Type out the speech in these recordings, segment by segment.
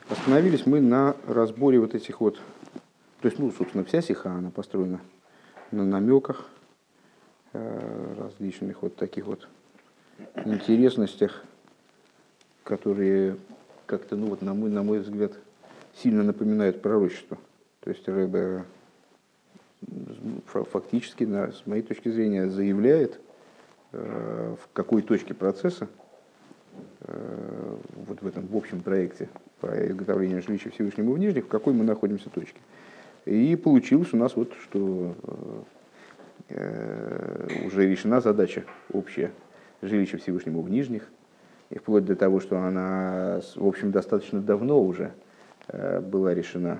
Остановились мы на разборе вот этих вот, то есть, ну, собственно, вся сиха, она построена на намеках, различных вот таких вот интересностях, которые как-то, ну вот, на мой взгляд, сильно напоминают пророчество. То есть Ребе фактически, с моей точки зрения, заявляет, в какой точке процесса, вот в этом в общем проекте по изготовлению жилища Всевышнему в Нижних, в какой мы находимся точке. И получилось у нас вот, что уже решена задача общая жилища Всевышнему в Нижних, и вплоть до того, что она, в общем, достаточно давно уже была решена,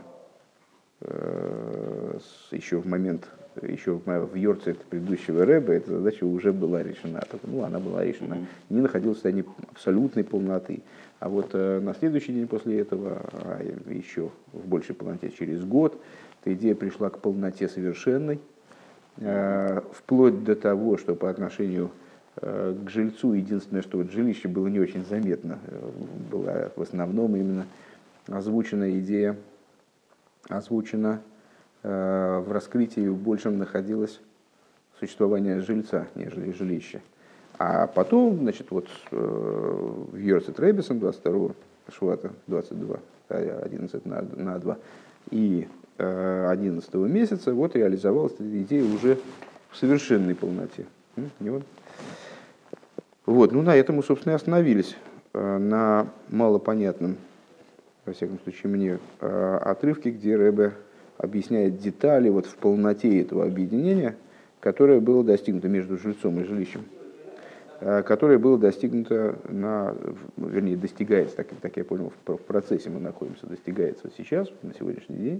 еще в момент, еще в Йорце предыдущего Ребе, эта задача уже была решена. Ну, она была решена, не находилась в состоянии абсолютной полноты. А вот на следующий день после этого, еще в большей полноте через год, эта идея пришла к полноте совершенной, вплоть до того, что по отношению к жильцу единственное, что вот жилище было не очень заметно, была в основном именно озвучена идея, в раскрытии большем находилось существование жильца, нежели жилище. А потом, значит, вот в Йорцет Ребесом 22 Швата 22, 11 на 2 и 11 месяца вот реализовалась эта идея уже в совершенной полноте. Вот, ну на этом мы, собственно, и остановились, на малопонятном, во всяком случае мне, отрывке, где Ребе объясняет детали вот в полноте этого объединения, которое было достигнуто между жильцом и жилищем, которое было достигнуто вернее, достигается, так я понял, в процессе мы находимся, достигается вот сейчас, на сегодняшний день,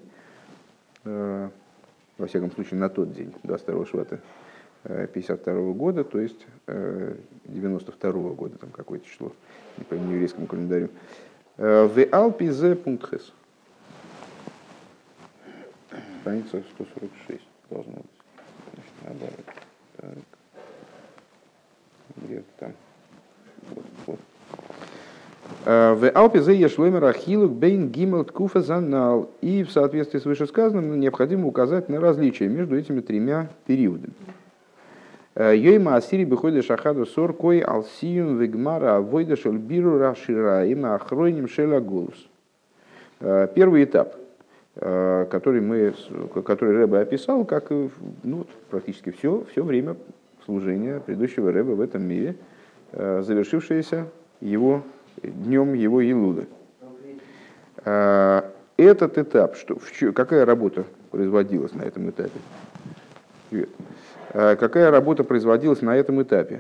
во всяком случае на тот день, 22 Швата 52 года, то есть 92 года, там какое-то число, не по еврейскому календарю. В Алпизе.хс. Страница 146 должна быть. Наоборот. Так. Где-то там. Вот. В Алпизе ешлоймер ахилук бейн гимел ткуфа занал. И в соответствии с вышесказанным необходимо указать на различия между этими тремя периодами. Йойма асири беходе шахаду сор кой алсиюм вегмара авойда шельбиру рашираим ахройним шелагулус. Первый этап, который Ребе описал, как практически все время служения предыдущего Ребе в этом мире, завершившееся днем его Илуды. Этот этап, какая работа производилась на этом этапе? Привет. Какая работа производилась на этом этапе?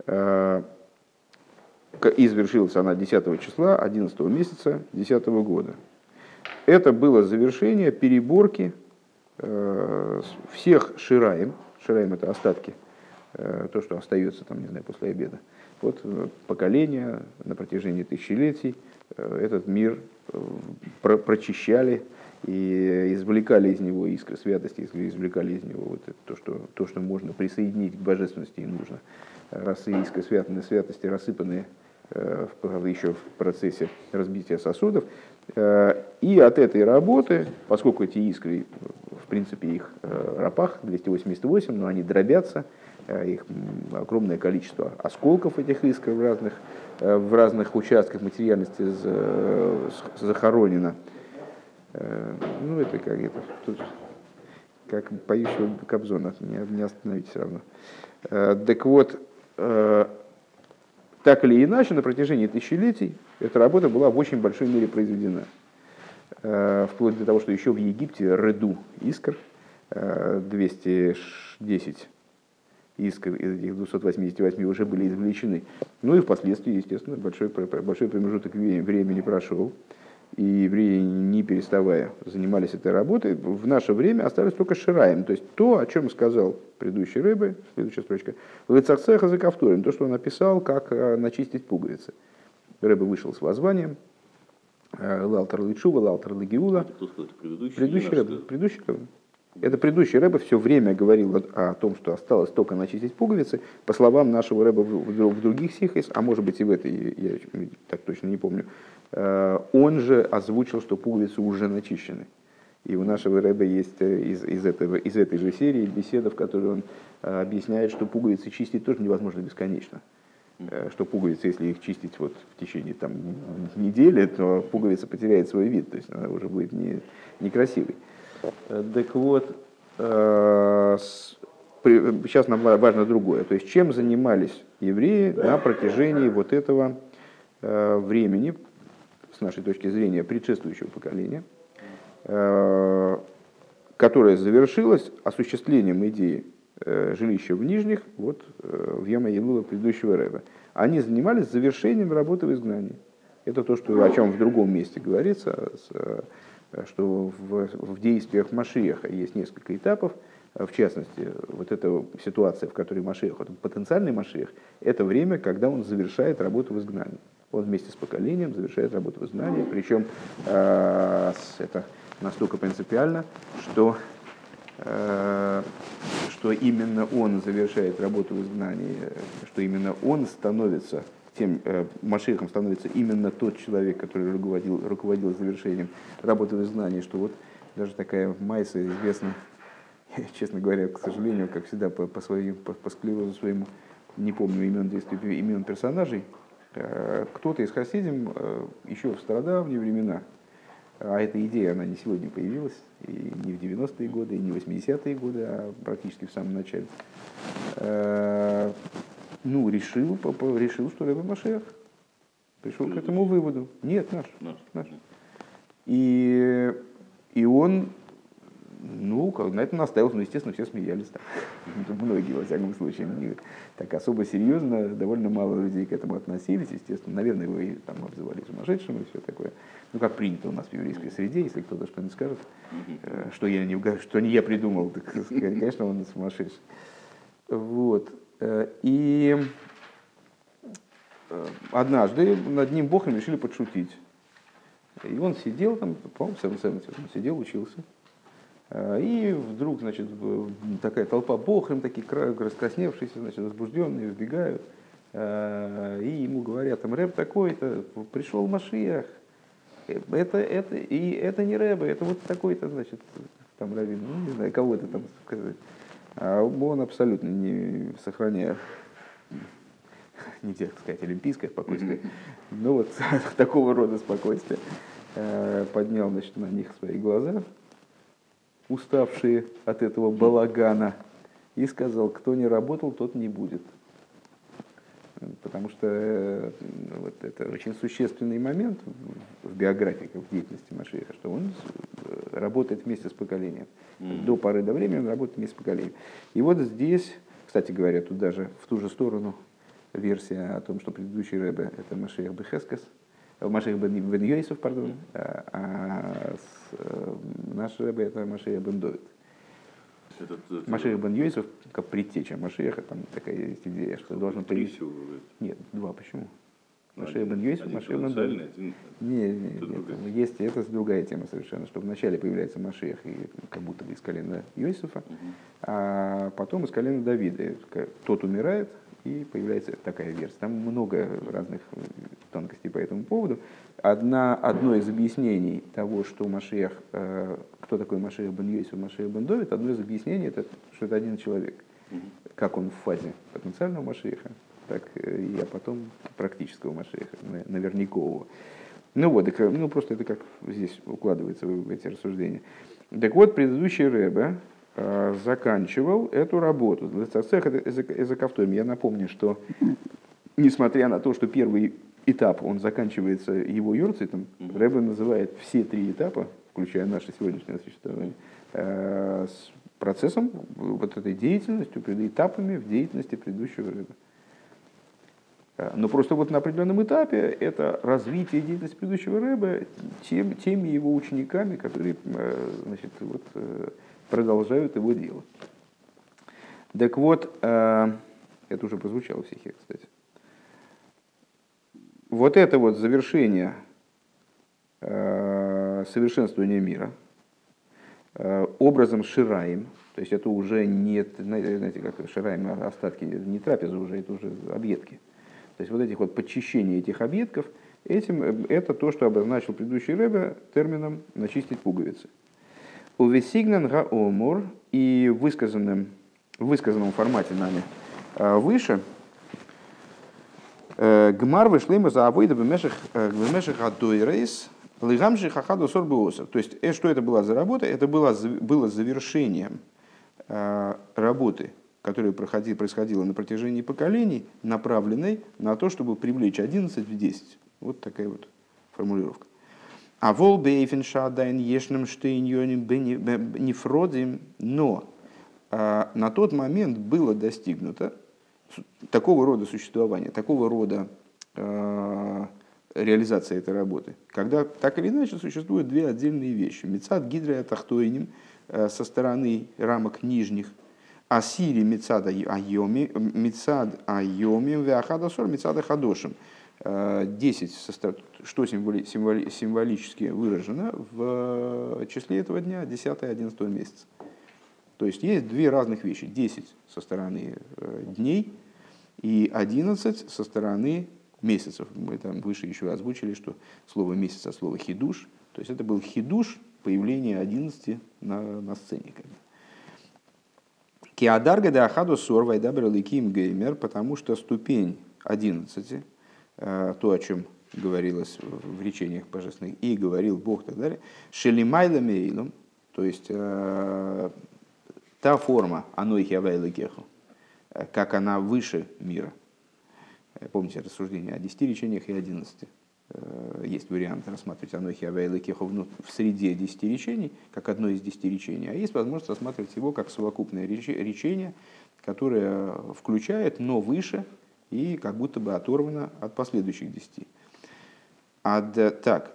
И завершилась она 10 числа 11 месяца 10 года. Это было завершение переборки всех шираим. Шираим — это остатки, то, что остается там, не знаю, после обеда. Вот поколения на протяжении тысячелетий этот мир прочищали и извлекали из него искры святости, извлекали из него вот это, то, что можно присоединить к божественности и нужно. Искры святости, рассыпанные еще в процессе разбития сосудов. И от этой работы, поскольку эти искры, в принципе, их рапах 288, но они дробятся, их огромное количество осколков этих искр в разных участках материальности захоронено. Ну, это как поющего Кобзона, не остановить все равно. Так вот, так или иначе, на протяжении тысячелетий эта работа была в очень большой мере произведена. Вплоть до того, что еще в Египте ряду искр, 210 искр из этих 288 уже были извлечены. Ну и впоследствии, естественно, большой промежуток времени прошел, и евреи, не переставая, занимались этой работой. В наше время остались только шираем, то есть то, о чем сказал предыдущий Ребе, следующая строчка, «Лыцахцеха за ковторим», то, что он написал, как начистить пуговицы. Ребе вышел с воззванием, «Лалтер лычува, лалтер лагиула». Предыдущий Ребе. Это предыдущий Ребе все время говорил о том, что осталось только начистить пуговицы, по словам нашего Ребе в других сихос, а может быть и в этой, я так точно не помню, он же озвучил, что пуговицы уже начищены. И у нашего рэбе есть из этой же серии беседа, в которой он объясняет, что пуговицы чистить тоже невозможно бесконечно. Что пуговицы, если их чистить вот в течение там, недели, то пуговица потеряет свой вид, то есть она уже будет некрасивой. Так вот, сейчас нам важно другое. То есть чем занимались евреи на протяжении вот этого времени, с нашей точки зрения, предшествующего поколения, которое завершилось осуществлением идеи жилища в Нижних вот, в Йом-Элуле предыдущего рэба. Они занимались завершением работы в изгнании. Это то, о чем в другом месте говорится, что в действиях Машиаха есть несколько этапов. В частности, вот эта ситуация, в которой Машиах, вот потенциальный Машиах, это время, когда он завершает работу в изгнании. Он вместе с поколением завершает работу в изгнании, причем это настолько принципиально, что именно он завершает работу в изгнании, что именно он становится тем, Машиахом становится именно тот человек, который руководил завершением работы в изгнании, что вот даже такая майса известна, честно говоря, к сожалению, как всегда, по склерозу своему, не помню имен персонажей, кто-то из хасидим еще в стародавние времена, а эта идея, она не сегодня появилась, и не в 90-е годы, и не в 80-е годы, а практически в самом начале, решил, что Ребе Машиах. Пришел к этому выводу. Нет, наш. И он, на это наставился, естественно, все смеялись. Многие, во всяком случае, так особо серьезно, довольно мало людей к этому относились, естественно. Наверное, его и там обзывали сумасшедшим и все такое. Как принято у нас в еврейской среде, если кто-то что-нибудь скажет, что не я придумал, так, конечно, он сумасшедший. Вот. И однажды над ним Богом решили подшутить. И он сидел там, по-моему, он сидел, учился. И вдруг, значит, такая толпа Бохрем, такие раскрасневшиеся, значит, возбужденные, вбегают. И ему говорят, там, Рэб такой-то, пришел Машиах. Это не Рэбе, это вот такой-то, значит, там раввин, не знаю, кого это там сказать. А он абсолютно не сохраняя, нельзя сказать, олимпийское спокойствие, но вот такого рода спокойствие, поднял, значит, на них свои глаза, уставшие от этого балагана, и сказал, кто не работал, тот не будет. Потому что вот это очень существенный момент в биографии, в деятельности Машиаха, что он работает вместе с поколением. До поры до времени он работает вместе с поколением. И вот здесь, кстати говоря, тут даже в ту же сторону версия о том, что предыдущий Ребе — это Машиах Бехескес, Машиах бен Йосеф, пардон, а наш Ребе — это Машиах бен Довид. Машиах бен Йосеф, как предтеча Машиаха, там такая есть идея, что должен появиться. Нет, два, почему? Машиах бен Йосеф, Машиах бен Довид. Нет, есть, это другая тема совершенно, что вначале появляется Машиах, и как будто бы из колена Йосефа, а потом из колена Давида. Тот умирает, и появляется такая версия. Там много разных тонкостей по этому поводу. Одно из объяснений того, что Машиах, кто такой Машиах бен Йосеф, Машиах бен Довид, одно из объяснений, это, что это один человек. Как он в фазе потенциального Машиаха, так и потом практического Машиаха, навернякового. Просто это как здесь укладывается в эти рассуждения. Так вот, предыдущий Ребе заканчивал эту работу. Я напомню, что несмотря на то, что первый этап, он заканчивается его юрцитом, Ребе называет все три этапа, включая наше сегодняшнее существование, с процессом, вот этой деятельностью, этапами в деятельности предыдущего Ребе. Но просто вот на определенном этапе это развитие деятельности предыдущего Ребе теми его учениками, которые, значит, вот, продолжают его дело. Так вот, это уже прозвучало в стихе, кстати. Вот это вот завершение совершенствования мира образом Шираим, то есть это уже не, знаете, как Шираим, остатки, не трапезы уже, это уже объедки. То есть вот этих вот подчищение этих объедков, Это то, что обозначил предыдущий Ребе термином «начистить пуговицы». Увесигнан гаомур, и в высказанном формате нами выше, гмар вышлема за авойда бемеших адойрейс лыгамши хахаду сорбуоса. То есть, что это была за работа? Это было завершением работы, которая происходила на протяжении поколений, направленной на то, чтобы привлечь 11 в 10. Вот такая вот формулировка. А вол бейфеншадайн ешным штейньоним нефродим, но на тот момент было достигнуто такого рода существования, такого рода реализация этой работы, когда так или иначе существуют две отдельные вещи. Мецад гидра тахтойним со стороны рамок нижних, а сири мецад айоми, веахадасор мецад ахадошим. 10, что символически выражено в числе этого дня, 10 и 11 месяца. То есть есть две разных вещи. 10 со стороны дней и 11 со стороны месяцев. Мы там выше еще озвучили, что слово месяц от слова хидуш. То есть это был хидуш, появление 11 на сцене. Киадарга де ахаду сорвай дабрали ким геймер, потому что ступень 11, то, о чем говорилось в речениях божественных, и говорил Бог и так далее, шелимайла мейлом, то есть та форма анойхи авайла кеху, как она выше мира. Помните рассуждение о 10 речениях и 11. Есть вариант рассматривать анойхи авайла кеху в среде 10 речений, как одно из 10 речений, а есть возможность рассматривать его как совокупное речение, которое включает, но выше, и как будто бы оторвано от последующих 10. Так,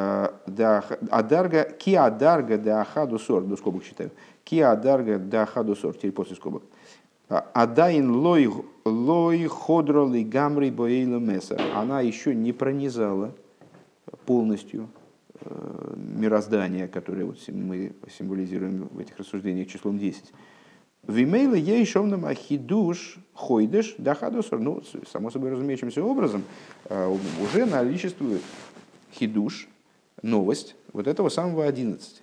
киадарга да ахаду сор, до скобок читаю, киадарга да ахаду сор, теперь после скобок. Адайн лой ходроли гамри боэйла меса. Она еще не пронизала полностью мироздание, которое вот мы символизируем в этих рассуждениях числом 10. Вимейла ей шовным ахидуш хойдеш дахадусор. Ну, само собой разумеющимся образом, уже наличествует хидуш, новость вот этого самого 11.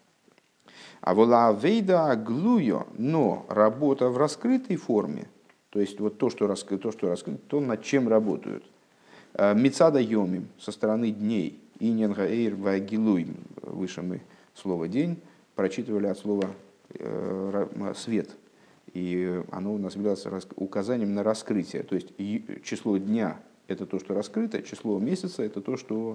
А вола вейда глуйо, но работа в раскрытой форме, то есть вот то, что раскрыто, то, над чем работают. Мицада йомим, со стороны дней, и ненгаэйр вагилуй, выше мы слово день прочитывали от слова свет, и оно у нас является указанием на раскрытие. То есть число дня – это то, что раскрыто, число месяца – это то, что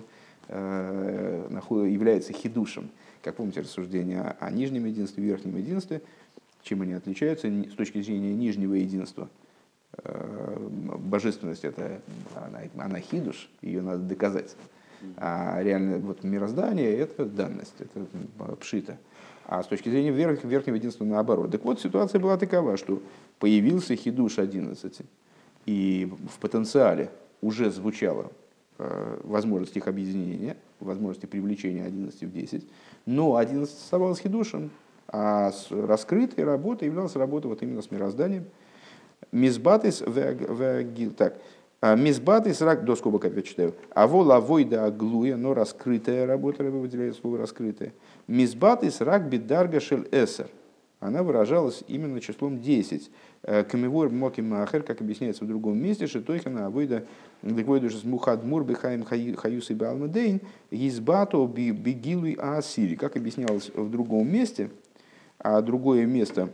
является хидушем. Как помните рассуждение о нижнем единстве и верхнем единстве, чем они отличаются с точки зрения нижнего единства. Божественность – это она хидуш, ее надо доказать. А реально вот мироздание – это данность, это пшита. А с точки зрения верхнего единства наоборот. Так вот, ситуация была такова, что появился хидуш 11, и в потенциале уже звучала возможность их объединения, возможности привлечения 11 в 10, но 11 оставалась хидушем, а раскрытой работой являлась работа вот именно с мирозданием. Мизбатис так. Мизбатис рак, до скобок опять читаю. А вола войда аглуя, но раскрытая работа, Ребе выделяет слово раскрытая. Мизбатис рак бидарга шель эсер. Она выражалась именно числом 10. Камевор моки махер, как объясняется в другом месте, шитойхана авойда деквойдушес мухадмур бихаим хаюс и балмадейн избато бигилуй аасири. Как объяснялось в другом месте, а другое место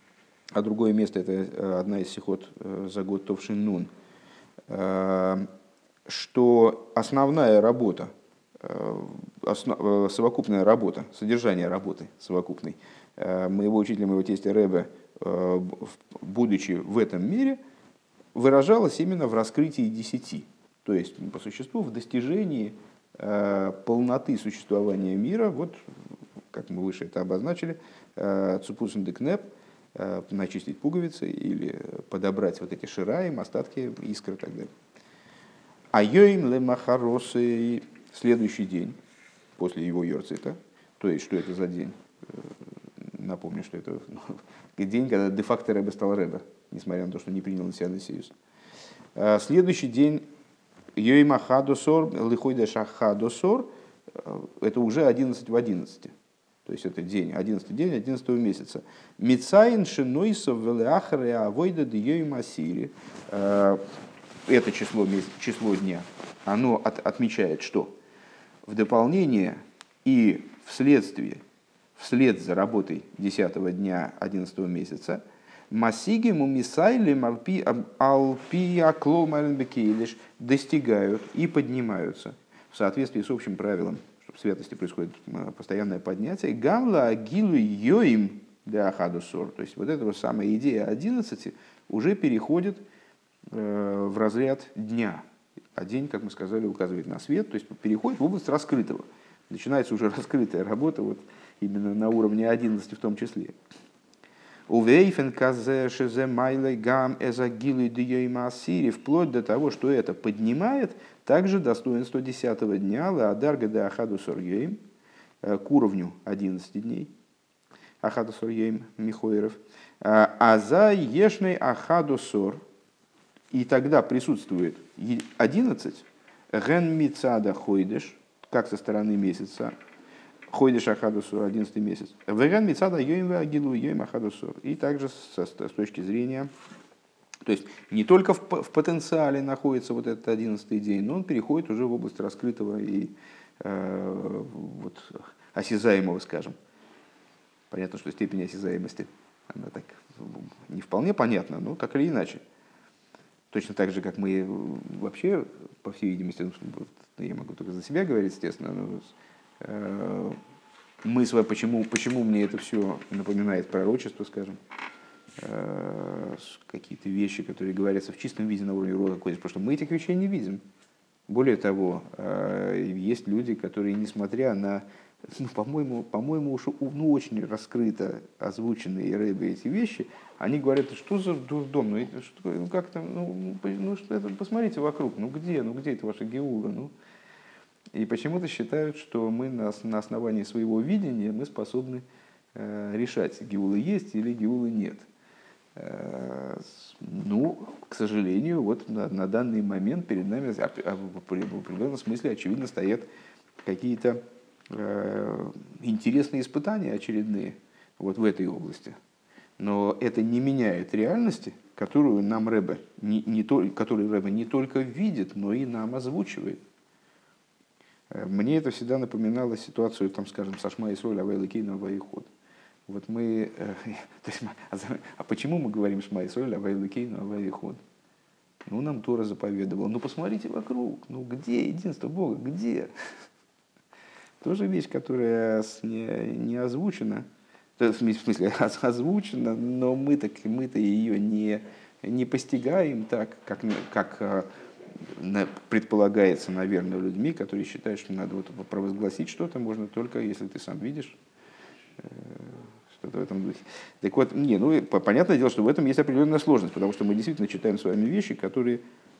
это одна из сихот за год Товшин Нун, что основная работа, совокупная работа, содержание работы совокупной моего учителя, моего тестя Ребе, будучи в этом мире, выражалось именно в раскрытии 10. То есть, по существу, в достижении полноты существования мира, вот, как мы выше это обозначили, цупусен декнеп, начистить пуговицы или подобрать вот эти шираим, остатки искр и так далее. А йоим лемахаросы, следующий день после его йорцита, то есть, что это за день? Напомню, что это день, когда де-факто Ребе стал Ребе, несмотря на то, что не принял на себя Несиюс. Следующий день Йойма хадосор, лихойдеш ахадосор, это уже 11 в 11. То есть это день, 11 день 11 месяца. Мицайн шинойсов велеахаре авойда дьёйма сири. Это число дня, оно отмечает, что в дополнение и вслед за работой 10-го дня 11 месяца массигиму мисайлем алпи акломальбекейлиш достигают и поднимаются в соответствии с общим правилом, что в святости происходит постоянное поднятие. Гамла агилу йоим для ахадусор. То есть вот эта вот самая идея 11 уже переходит в разряд дня. А день, как мы сказали, указывает на свет, то есть переходит в область раскрытого. Начинается уже раскрытая работа, вот именно на уровне 11 в том числе. Вплоть до того, что это поднимает также достоинство 10-го дня, к уровню 11 дней, Ахадусор Йейм Михоиров, а за Ешный Ахадусор, и тогда присутствует 11, ген мицада хойдеш, как со стороны месяца, хойдеш ахадусур, 11 месяц, ген мицада йоим агилу йоим ахадусур, и также с точки зрения, то есть не только в потенциале находится вот этот 11 день, но он переходит уже в область раскрытого и вот, осязаемого, скажем. Понятно, что степень осязаемости, она так не вполне понятна, но так или иначе. Точно так же, как мы вообще, по всей видимости, я могу только за себя говорить, естественно, но почему мне это все напоминает пророчество, скажем, какие-то вещи, которые говорятся в чистом виде на уровне рода, потому что мы этих вещей не видим. Более того, есть люди, которые, несмотря на, по-моему, уж очень раскрыто озвученные Рэбе эти вещи, они говорят, что за дурдом, посмотрите вокруг, где это ваша геула, И почему-то считают, что мы на основании своего видения мы способны решать, геулы есть или геулы нет. К сожалению, вот на данный момент перед нами в определенном смысле, очевидно, стоят какие-то интересные испытания очередные вот в этой области. Но это не меняет реальности, которую нам Рэбе которую Рэбе не только видит, но и нам озвучивает. Мне это всегда напоминало ситуацию, там, скажем, со Шма Исроль Авай Элокейну Авай Эход. Вот мы, а почему мы говорим Шма Исроль Авай Элокейну Авай Эход? Нам Тора заповедовала. Посмотрите вокруг. Где единство Бога? Где? Тоже вещь, которая не озвучена. В смысле, озвучена, но мы-то ее не постигаем так, как предполагается, наверное, людьми, которые считают, что надо провозгласить что-то можно только, если ты сам видишь, что-то в этом духе. Так вот, понятное дело, что в этом есть определенная сложность, потому что мы действительно читаем с вами вещи, которые,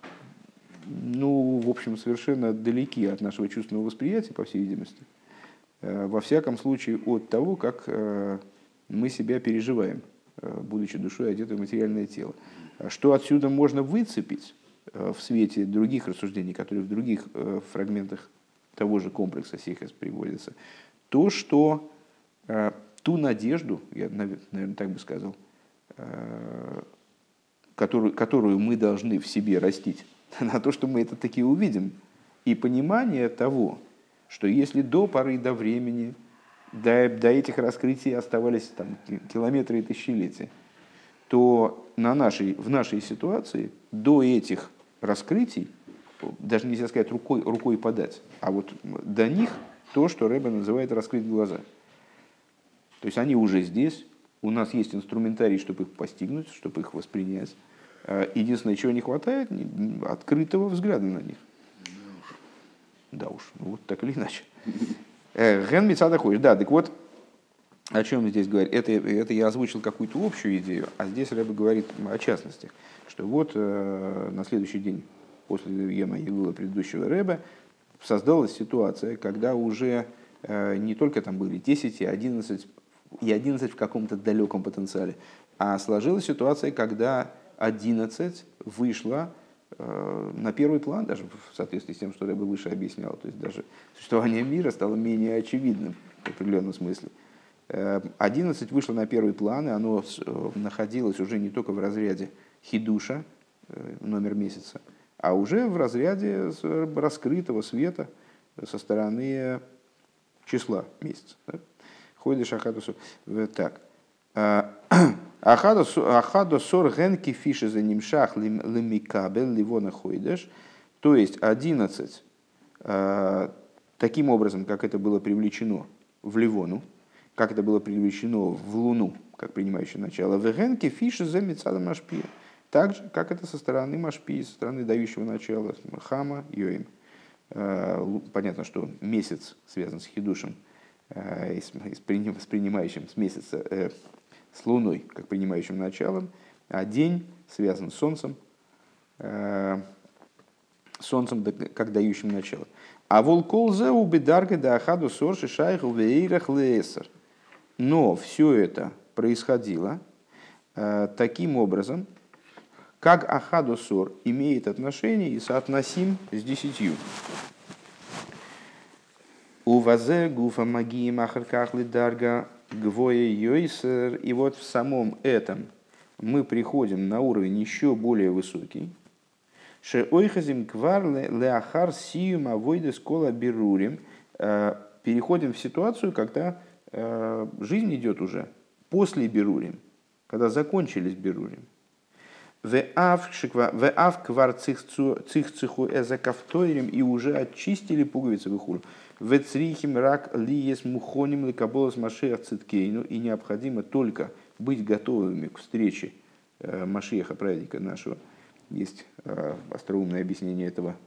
в общем, совершенно далеки от нашего чувственного восприятия, по всей видимости. Во всяком случае, от того, как мы себя переживаем, будучи душой одетой в материальное тело. Что отсюда можно выцепить в свете других рассуждений, которые в других фрагментах того же комплекса Сихес приводятся, то, что ту надежду, я, наверное, так бы сказал, которую мы должны в себе растить, на то, что мы это таки увидим, и понимание того, что если до поры до времени, до этих раскрытий оставались километры и тысячелетия, то в нашей ситуации до этих раскрытий, даже нельзя сказать рукой подать, а вот до них то, что Рэбе называет раскрыть глаза. То есть они уже здесь, у нас есть инструментарий, чтобы их постигнуть, чтобы их воспринять. Единственное, чего не хватает, открытого взгляда на них. Да уж, вот так или иначе. Ген мицада ходишь. Да, так вот, о чем здесь говорит. Это я озвучил какую-то общую идею, а здесь Рэбе говорит о частности, что вот на следующий день после Йома Елула предыдущего Рэбе создалась ситуация, когда уже не только там были 10 и 11 в каком-то далеком потенциале, а сложилась ситуация, когда 11 вышла на первый план, даже в соответствии с тем, что я бы выше объяснял. То есть даже существование мира стало менее очевидным в определенном смысле. 11 вышло на первый план, и оно находилось уже не только в разряде хидуша, номер месяца, а уже в разряде раскрытого света со стороны числа месяца. Ходишь Ахадосор. Так. Ахадосор генки фиши за нимшах лимикабель ливона ходишь. То есть 11 таким образом, как это было привлечено в Ливону, как это было привлечено в Луну, как принимающее начало, в генки фиши за мицада машпия. Так же, как это со стороны машпии, со стороны дающего начала, хама, йоим. Понятно, что месяц связан с хидушем, с принимающим с месяца, с луной, как принимающим началом, а день связан с солнцем, как дающим начало. А волколзе у бедарга да ахаду сорши шайху веирах леесер. Но все это происходило таким образом, как ахаду сор имеет отношение и соотносим с 10. У вазе гуфа магии махаркахли дарга гвое йойсер. И вот в самом этом мы приходим на уровень еще более высокий. Ше ойхазим кварле леахар сиюм авойде скола берурим. Переходим в ситуацию, когда жизнь идет уже после берурим, когда закончились берурим. Веав квар цихциху эзакавтойрим, и уже очистили пуговицы выхулю. Вецрихим рак лиес мухоним ликаболос машех циткейну, и необходимо только быть готовыми к встрече Машиаха, праведника нашего. Есть остроумное объяснение этого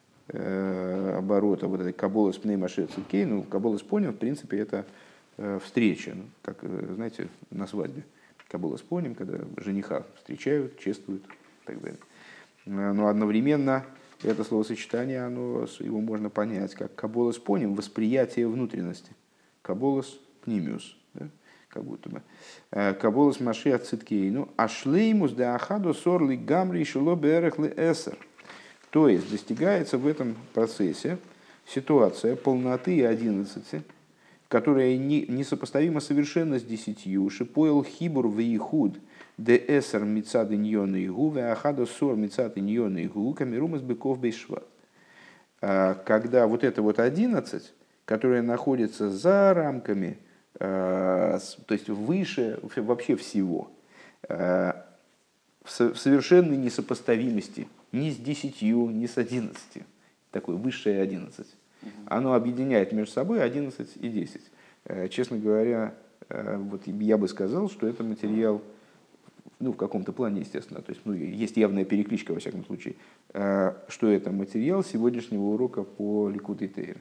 оборота, вот этой каболос пней машех циткейну. Каболос поним, в принципе, это встреча, как, знаете, на свадьбе. Каболос поним, когда жениха встречают, чествуют и так далее. Но одновременно это словосочетание, его можно понять как каболос поним, восприятие внутренности. Каболос пнимиус, да? Как будто бы. Каболос машиах циткейну, ашлеймус де ахаду сорли гамри шило берехли эсер. То есть достигается в этом процессе ситуация полноты 11, которая несопоставима совершенно с 10. Шипоэл хибур вейхуд де эсер мицад иньон игу веахадо сор мицад иньон игу камерумас быков бейшват. Когда вот это вот 11, которое находится за рамками, то есть выше вообще всего, в совершенной несопоставимости ни с 10, ни с 11, такое высшее 11. Оно объединяет между собой 11 и 10. Честно говоря, вот я бы сказал, что это материал, в каком-то плане, естественно, то есть, есть явная перекличка, во всяком случае, что это материал сегодняшнего урока по Ликутей Тейре.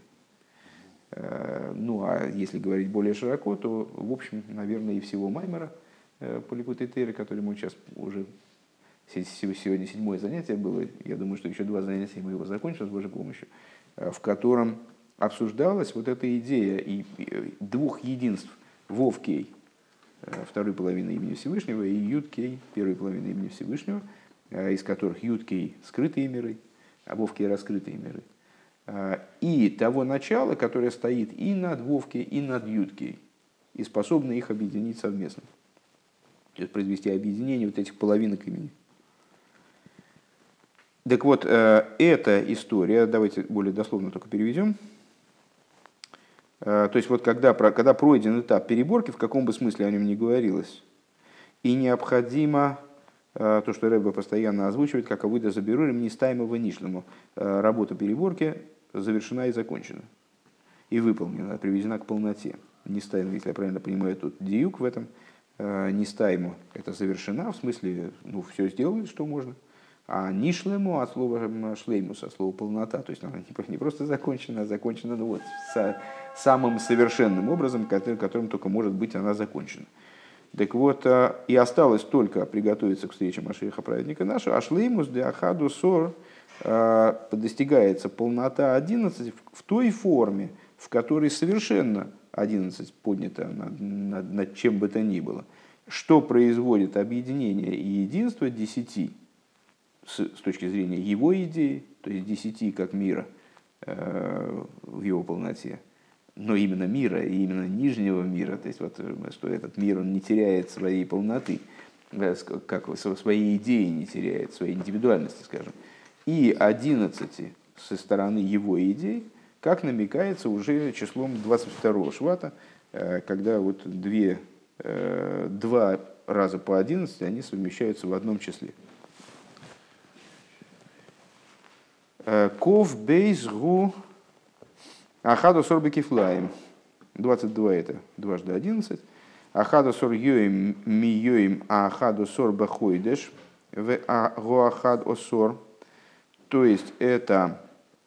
А если говорить более широко, то, в общем, наверное, и всего Маймера по Ликутей Тейре, который мы сейчас уже... Сегодня 7-е занятие было, я думаю, что еще 2 занятия мы его закончим с Божьей помощью, в котором обсуждалась вот эта идея и 2 единств Вов-Кей, второй половины имени Всевышнего, и Юд-Кей, первой половины имени Всевышнего, из которых Юд-Кей скрытые миры, а Вов-Кей раскрытые миры. И того начала, которое стоит и над Вов-Кей, и над Юд-Кей, и способно их объединить совместно. То есть произвести объединение вот этих половинок имени. Так вот, эта история, давайте более дословно только переведем. То есть, вот когда пройден этап переборки, в каком бы смысле о нем ни говорилось, и необходимо, то, что Ребе постоянно озвучивает, как авойда заберурим нестаемого нишлему, работа переборки завершена и закончена, и выполнена, приведена к полноте. Нестаемо, если я правильно понимаю, тут диюк в этом, нестаемо это завершена, в смысле, все сделали, что можно. А нишлему от слова шлеймус, от слова полнота. То есть она не просто закончена, а закончена самым совершенным образом, которым только может быть она закончена. Так вот, и осталось только приготовиться к встрече Машиаха, праведника нашего. А шлеймус де ахаду сор, достигается полнота 11 в той форме, в которой совершенно 11 поднято над чем бы то ни было. Что производит объединение и единство 10. с точки зрения его идеи, то есть 10 как мира в его полноте, но именно мира, и именно нижнего мира, то есть вот, что этот мир он не теряет своей полноты, как своей идеи не теряет, своей индивидуальности, скажем, и 11 со стороны его идей, как намекается уже числом 22-го швата, когда вот два раза по 11 они совмещаются в одном числе. Ков бейс гу ахаду сор бекифлаем. 22 это дважды 11. Ахаду сор йоим ми йоим ахаду сор бахойдеш в гуахад осор. То есть это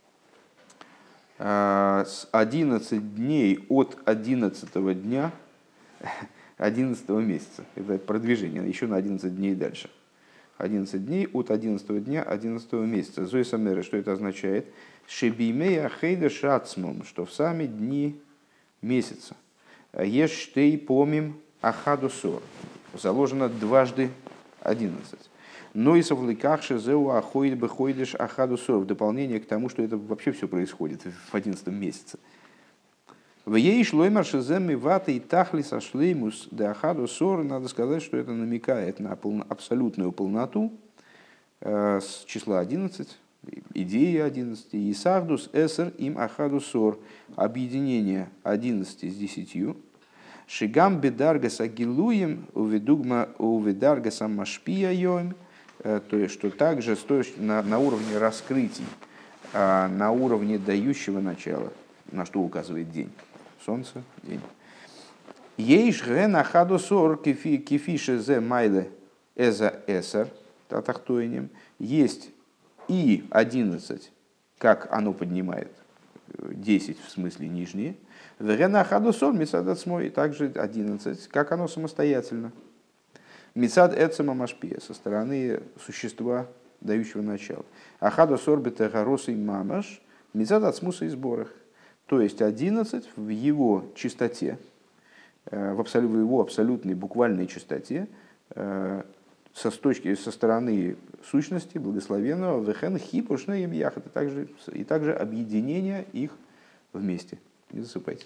11 дней от 11 дня 11 месяца. Это продвижение еще на 11 дней дальше. 11 дней от 11 дня 11 месяца. Зои Самеры, что это означает? Шебимея хейда шацмом, что в сами дни месяца. Ештей помим ахадусор. Заложено дважды 11. Но и совлекахши зеу ахоид бехойдеш ахадусор. В дополнение к тому, что это вообще все происходит в 11 месяце. В ей шлоймар шеземи ваты и тахли сошлеймус де ахаду сор. Надо сказать, что это намекает на абсолютную полноту с числа 11, идеи 11, и сахдус эсер им ахаду сор, объединение 11 с 10, шигам бедаргас агилуем уведаргас амашпия йоим, то есть, что также на уровне раскрытий, на уровне дающего начала, на что указывает день. Солнце, день. Ейш ген ахаду сор кефише зе майле эза эсер татахтоинем. Есть и 11, как оно поднимает 10 в смысле нижние. Ген ахаду сор мицад эцмой, также 11, как оно самостоятельно. Мицад эцема машпия, со стороны существа, дающего начало. Ахаду сор бетегаросы мамаш, мицад ацмуса и сборах. То есть 11 в его чистоте, в его абсолютной буквальной чистоте, со стороны сущности благословенного, вехен хипушна им яхат, и также объединение их вместе. Не засыпайте.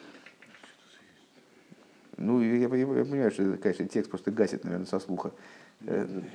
Ну, я понимаю, что это, конечно, текст просто гасит, наверное, со слуха. Ну,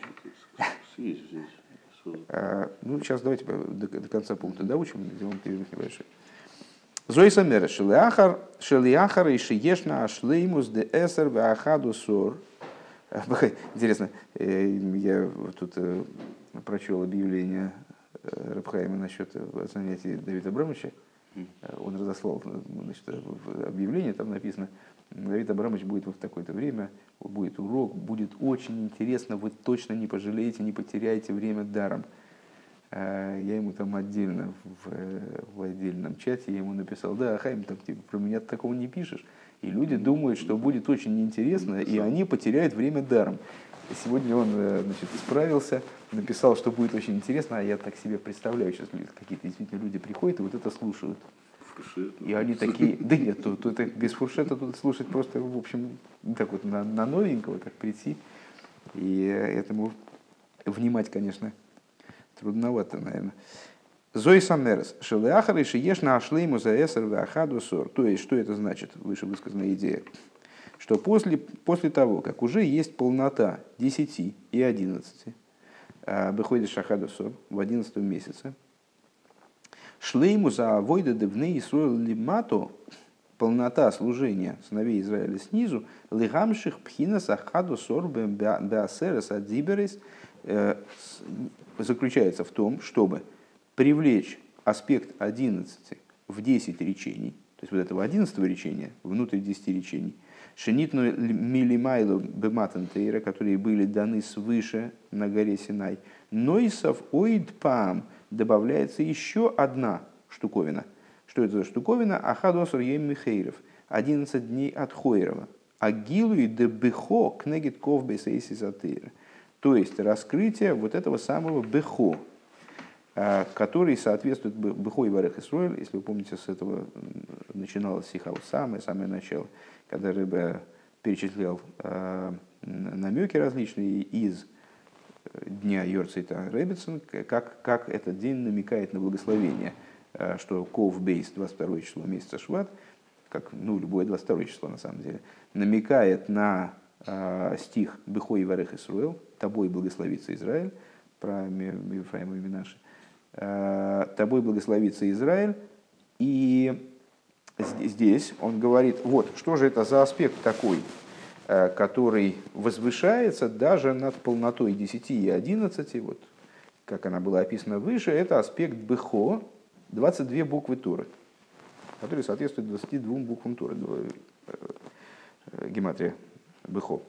сейчас давайте до конца пункта доучим, сделаем перерыв небольшой. Зоиса мера шелиахар и шиешна ашлеймус де эсер веахаду сор. Интересно, я тут прочел объявление Рабхаима насчет занятий Давида Абрамовича. Он разослал, значит, объявление, там написано: Давид Абрамович будет в такое-то время, будет урок, будет очень интересно, вы точно не пожалеете, не потеряете время даром. Я ему там отдельно, в отдельном чате, я ему написал: да, Хайм, там, типа, про меня такого не пишешь. И люди думают, что будет очень неинтересно, и они потеряют время даром. И сегодня он, значит, справился, написал, что будет очень интересно, а я так себе представляю, сейчас какие-то действительно люди приходят и вот это слушают. И они такие: да нет, тут это без фуршета, тут слушать просто, в общем, так вот на новенького, так прийти. И этому внимать, конечно, трудновато, наверное. Зои Самерес. Шелеахар и шиеш на ашлейму за эсер веахаду сор. То есть, что это значит, вышевысказанная идея? Что после того, как уже есть полнота 10 и 11, выходит шахаду сор в 11 месяце, шлейму за авойда девней исроил лимато, полнота служения сыновей Израиля снизу, лигамших пхинас ахаду сор беасерес адзиберес, заключается в том, чтобы привлечь аспект 11 в 10 речений, то есть вот этого 11 речения внутрь 10 речений, шенитну милимайлу бематантейра, которые были даны свыше на горе Синай, нойсов оид пам, добавляется еще одна штуковина. Что это за штуковина? Ахадосор ем михейров, 11 дней от Хойрова. Агилу и дебехо кнегит ков бесейси затейра. То есть раскрытие вот этого самого бехо, который соответствует бехо и варех Исроэль. Если вы помните, с этого начиналась сиха, самое начало, когда Ребе перечислял намеки различные из дня Йорцейта Реббецен, как этот день намекает на благословение, что Ков Бейс, 22 число месяца Шват, как любое 22 число на самом деле, намекает на стих «Бехой варех Исруэл», «Тобой благословится Израиль», про Ефраима и Минаши, «Тобой благословится Израиль». И здесь он говорит, вот, что же это за аспект такой, который возвышается даже над полнотой 10 и 11, вот, как она была описана выше, это аспект Бехо, 22 буквы Торы, которые соответствуют 22 буквам Торы, гематрия Бехо.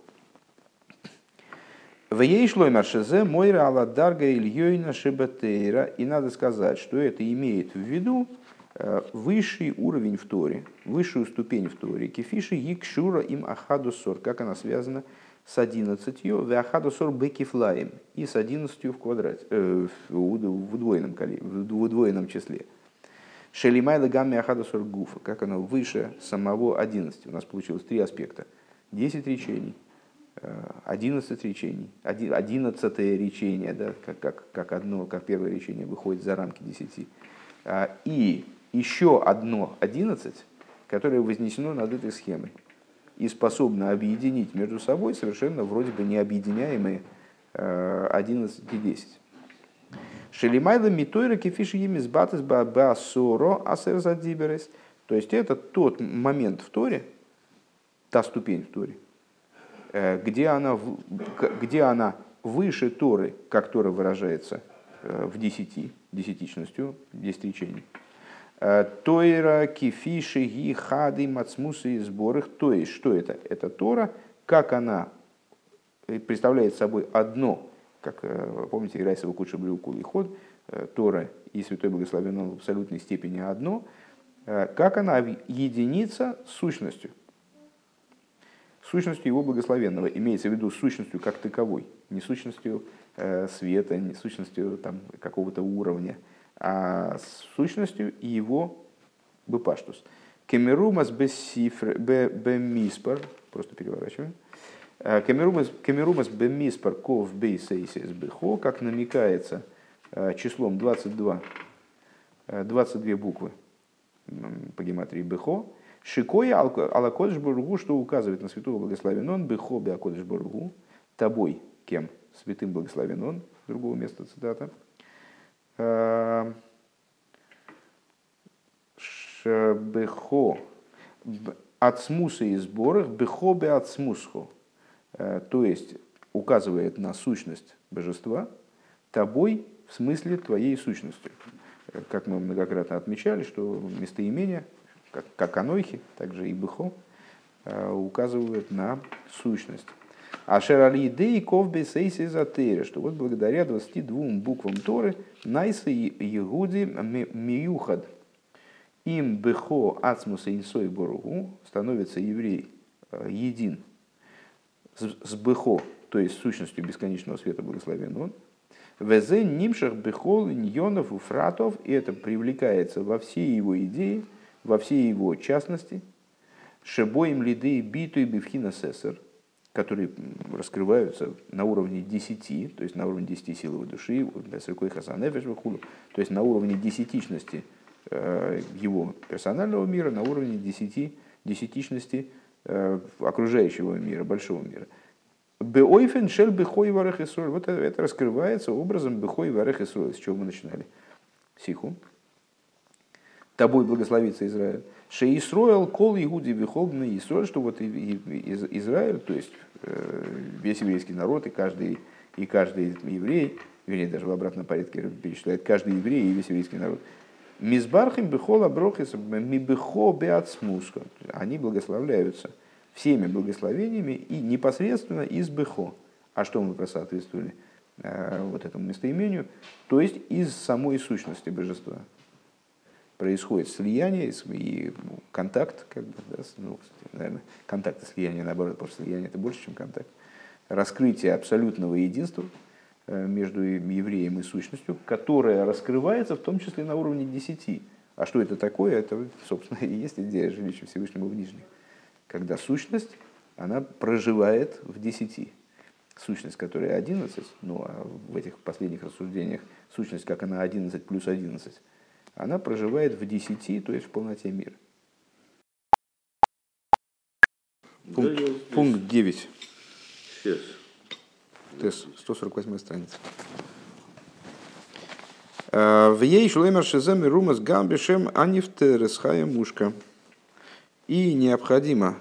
В ей шло маршезе мойра аладарга ильёйна шебатейра. И надо сказать, что это имеет в виду высший уровень в Торе, высшую ступень в Торе. Кефиши якшура им ахадусор, как она связана с 11, в ахадусор бекифлаем, и с 11 в квадрате, в удвоенном числе. Шелимайла гамми ахадусор гуфа, как она выше самого 11. У нас получилось 3 аспекта. 10 речений. 11 речений, 11-е речение, да, как первое речение выходит за рамки 10, и еще одно 11, которое вознесено над этой схемой и способно объединить между собой совершенно вроде бы необъединяемые 11 и 10. Шелимайла митойра кефиши емизбатес баасоро асерзадиберес. То есть это тот момент в Торе, та ступень в Торе, где она выше Торы, как Тора выражается в 10, десятичностью, 10 речений. Тойра, кефиши, ги, хады, мацмусы и сборах. То есть, что это? Это Тора, как она представляет собой одно, как, помните, Ирайсова Кудша Брюкул и Ход, Тора и Святой Благословен Он в абсолютной степени одно, как она единится с сущностью. Сущностью его благословенного, имеется в виду сущностью как таковой, не сущностью света, не сущностью там, какого-то уровня, а сущностью его бепаштус. Кемерумас бемиспар, просто переворачиваем. Кемерумас бемиспар ков бейсейсис бехо, как намекается числом 22, 22 буквы по гематрии бехо. Шикоя алакодыш бургу, что указывает на святого благословен он, бехо беакодыш бургу, тобой, кем? Святым благословен он, другого места цитата. Бехо ацмуса и сборах, бехо беацмусхо. То есть указывает на сущность божества, тобой в смысле твоей сущности. Как мы многократно отмечали, что местоимение, как анойхи, также и бехо, указывают на сущность. А шерали идеи ковбе сейси эзотерия, что вот благодаря 22 буквам Торы найса егуди миюхад им бехо ацмуса инсой боругу становится еврей един с бехо, то есть сущностью бесконечного света благословен он. Везе нимшах бехол ньонов уфратов, и это привлекается во все его идеи, во всей его частности, шебоим лиды биту и бифхина сесер, которые раскрываются на уровне 10, то есть на уровне 10 сил его души, то есть на уровне десятичности его персонального мира, на уровне десятичности окружающего мира, большого мира. Беойфен шель бехой варех Исруэль. Вот это раскрывается образом бехой варех Исруэль, с чего мы начинали. Сиху. Тобой благословится Израиль. Ше Исруэль кол Игуди вихолбный Исруэль, что вот Израиль, то есть весь еврейский народ и каждый еврей, вернее даже в обратном порядке перечисляет каждый еврей и весь еврейский народ. Мизбархим бихола брохис мибихо беацмуска. Они благословляются всеми благословениями и непосредственно из бехо. А что мы просоответствовали вот этому местоимению? То есть из самой сущности божества. Происходит слияние и контакт, как бы, да, наверное, контакт и слияние, наоборот, потому что слияние это больше, чем контакт. Раскрытие абсолютного единства между евреем и сущностью, которая раскрывается в том числе на уровне 10. А что это такое? Это, собственно, и есть идея жилища Всевышнего в Нижних. Когда сущность, она проживает в 10. сущность, которая 11, ну а в этих последних рассуждениях сущность, как она 11 плюс 11, она проживает в 10, то есть в полноте мира. Пункт 9. Сейчас. ТЭС, 148 страница. В ей шлемер шизем и румас гамбишем анифтерес хая мушка. И необходимо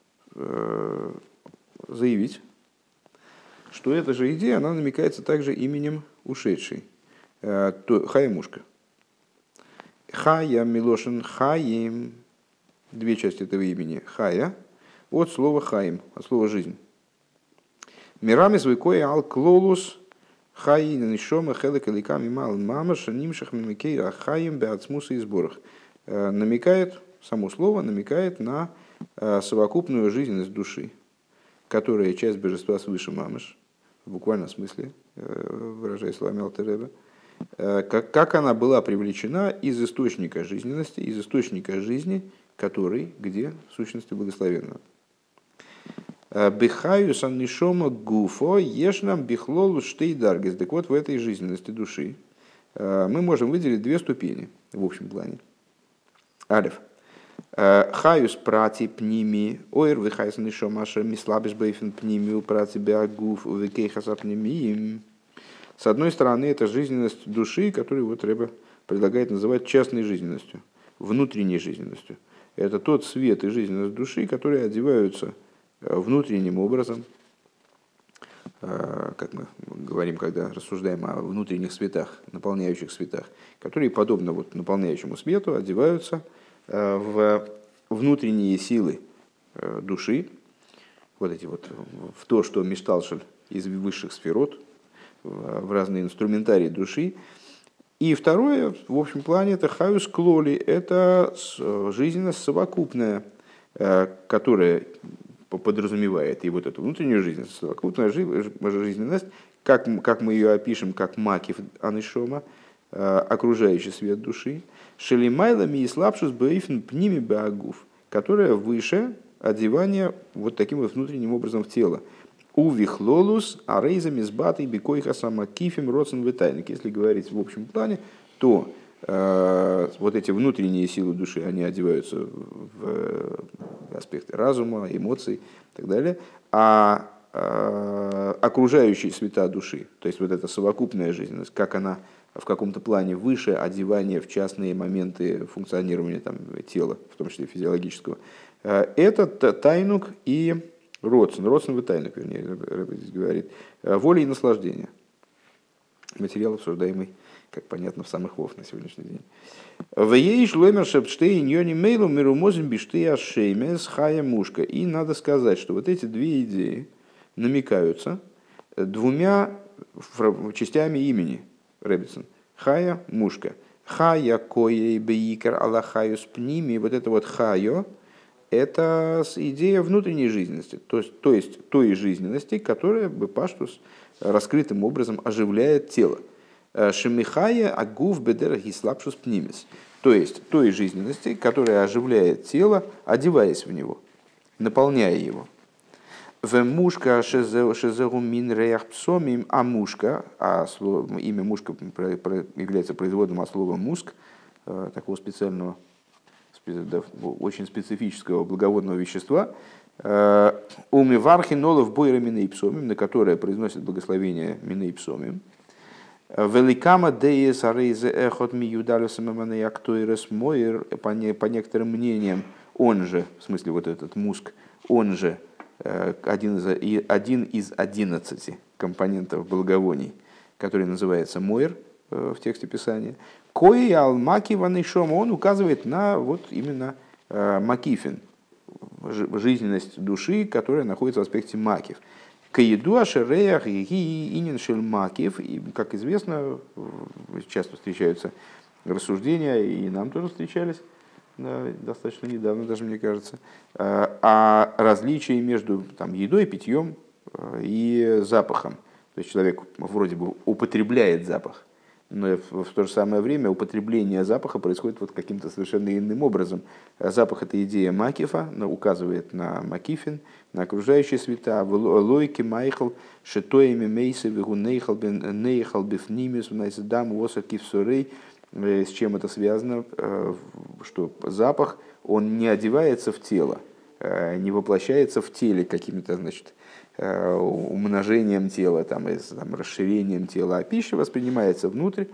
заявить, что эта же идея, она намекается также именем ушедшей. Хая мушка. Хая милошин хаим. Две части этого имени. Хая от слова хаим, от слова жизнь. Мирами свой ал клолус хаин нишома хелек эликами мал мамаша нимшах мимикей хаим беацмуса и сборах. Намекает, само слово намекает на совокупную жизненность души, которая часть божества свыше мамаш, в буквальном смысле, выражая словами Алтер Ребе, как она была привлечена из источника жизненности, из источника жизни, который, где в сущности благословенного. Бихаю саннишома гуфо ешнам бихлолу штейдаргис. Так вот, в этой жизненности души мы можем выделить две ступени в общем плане. Алеф. Хаюс прати пними, ойр вихайс нишомаша мислабиш бейфен пнимию прати беагуф увекейхаса пнимиим. С одной стороны, это жизненность души, которую вот Ребе предлагает называть частной жизненностью, внутренней жизненностью. Это тот свет и жизненность души, которые одеваются внутренним образом, как мы говорим, когда рассуждаем о внутренних светах, наполняющих светах, которые, подобно вот наполняющему свету, одеваются в внутренние силы души, вот эти вот, в то, что Мишталшель из высших сферот, в разные инструментарии души. И второе, в общем плане, это хаюс клоли, это жизненность совокупная, которая подразумевает и вот эту внутреннюю жизненность, совокупная жизненность, как мы ее опишем, как макив анишома, окружающий свет души, шелимайлами и слабшус бейфн пними беагуф, которая выше одевания вот таким вот внутренним образом в тело. Увихлолус, арейзами с батой, бикойха самакифим, родсен витайник. Если говорить в общем плане, то вот эти внутренние силы души, они одеваются в аспекты разума, эмоций и так далее. А окружающие света души, то есть вот эта совокупная жизненность, как она в каком-то плане выше одевания в частные моменты функционирования там, тела, в том числе физиологического, это тайнук и родствен тайнук, вернее, Ребе здесь говорит, воля и наслаждение. Материал, обсуждаемый, как понятно, в самых вов на сегодняшний день. И надо сказать, что вот эти две идеи намекаются двумя частями имени Ребецин. Хая, мушка. Хая, коей, бейкер, аллахаю, спними. Вот это вот хайо, это идея внутренней жизненности, то есть той жизненности, которая бы паштус раскрытым образом оживляет тело. Шемихая агув бедер гислапшус пнимис, то есть той жизненности, которая оживляет тело, одеваясь в него, наполняя его. В мушка шезеру мин реях псомим, а мушка, имя мушка является производным от слова муск, такого специального, очень специфического благоводного вещества, умивархи нолов бойра миней псомим, на которое произносит благословение миней псомим. Великама деес арейзе эхот ми юдалюсам аманеяктойрес моир, по некоторым мнениям, он же, в смысле вот этот муск, он же один из 11 компонентов благовоний, который называется моир в тексте Писания. Кои алмаки ванишом, он указывает на вот именно макифин, жизненность души, которая находится в аспекте макив. Каеду ашереях и ининшель макив, и, как известно, часто встречаются рассуждения, и нам тоже встречались, достаточно недавно даже, мне кажется, о различии между там, едой, питьем и запахом. То есть человек вроде бы употребляет запах, но в то же самое время употребление запаха происходит вот каким-то совершенно иным образом. Запах — это идея макифа, указывает на макифин, на окружающие света. Лойки майхл шитоями мейсы вегу нейхал бифнимис внайсдам восаки всурей. С чем это связано? Что запах, он не одевается в тело, не воплощается в теле какими-то, значит, умножением тела, там, расширением тела, а пища воспринимается внутрь,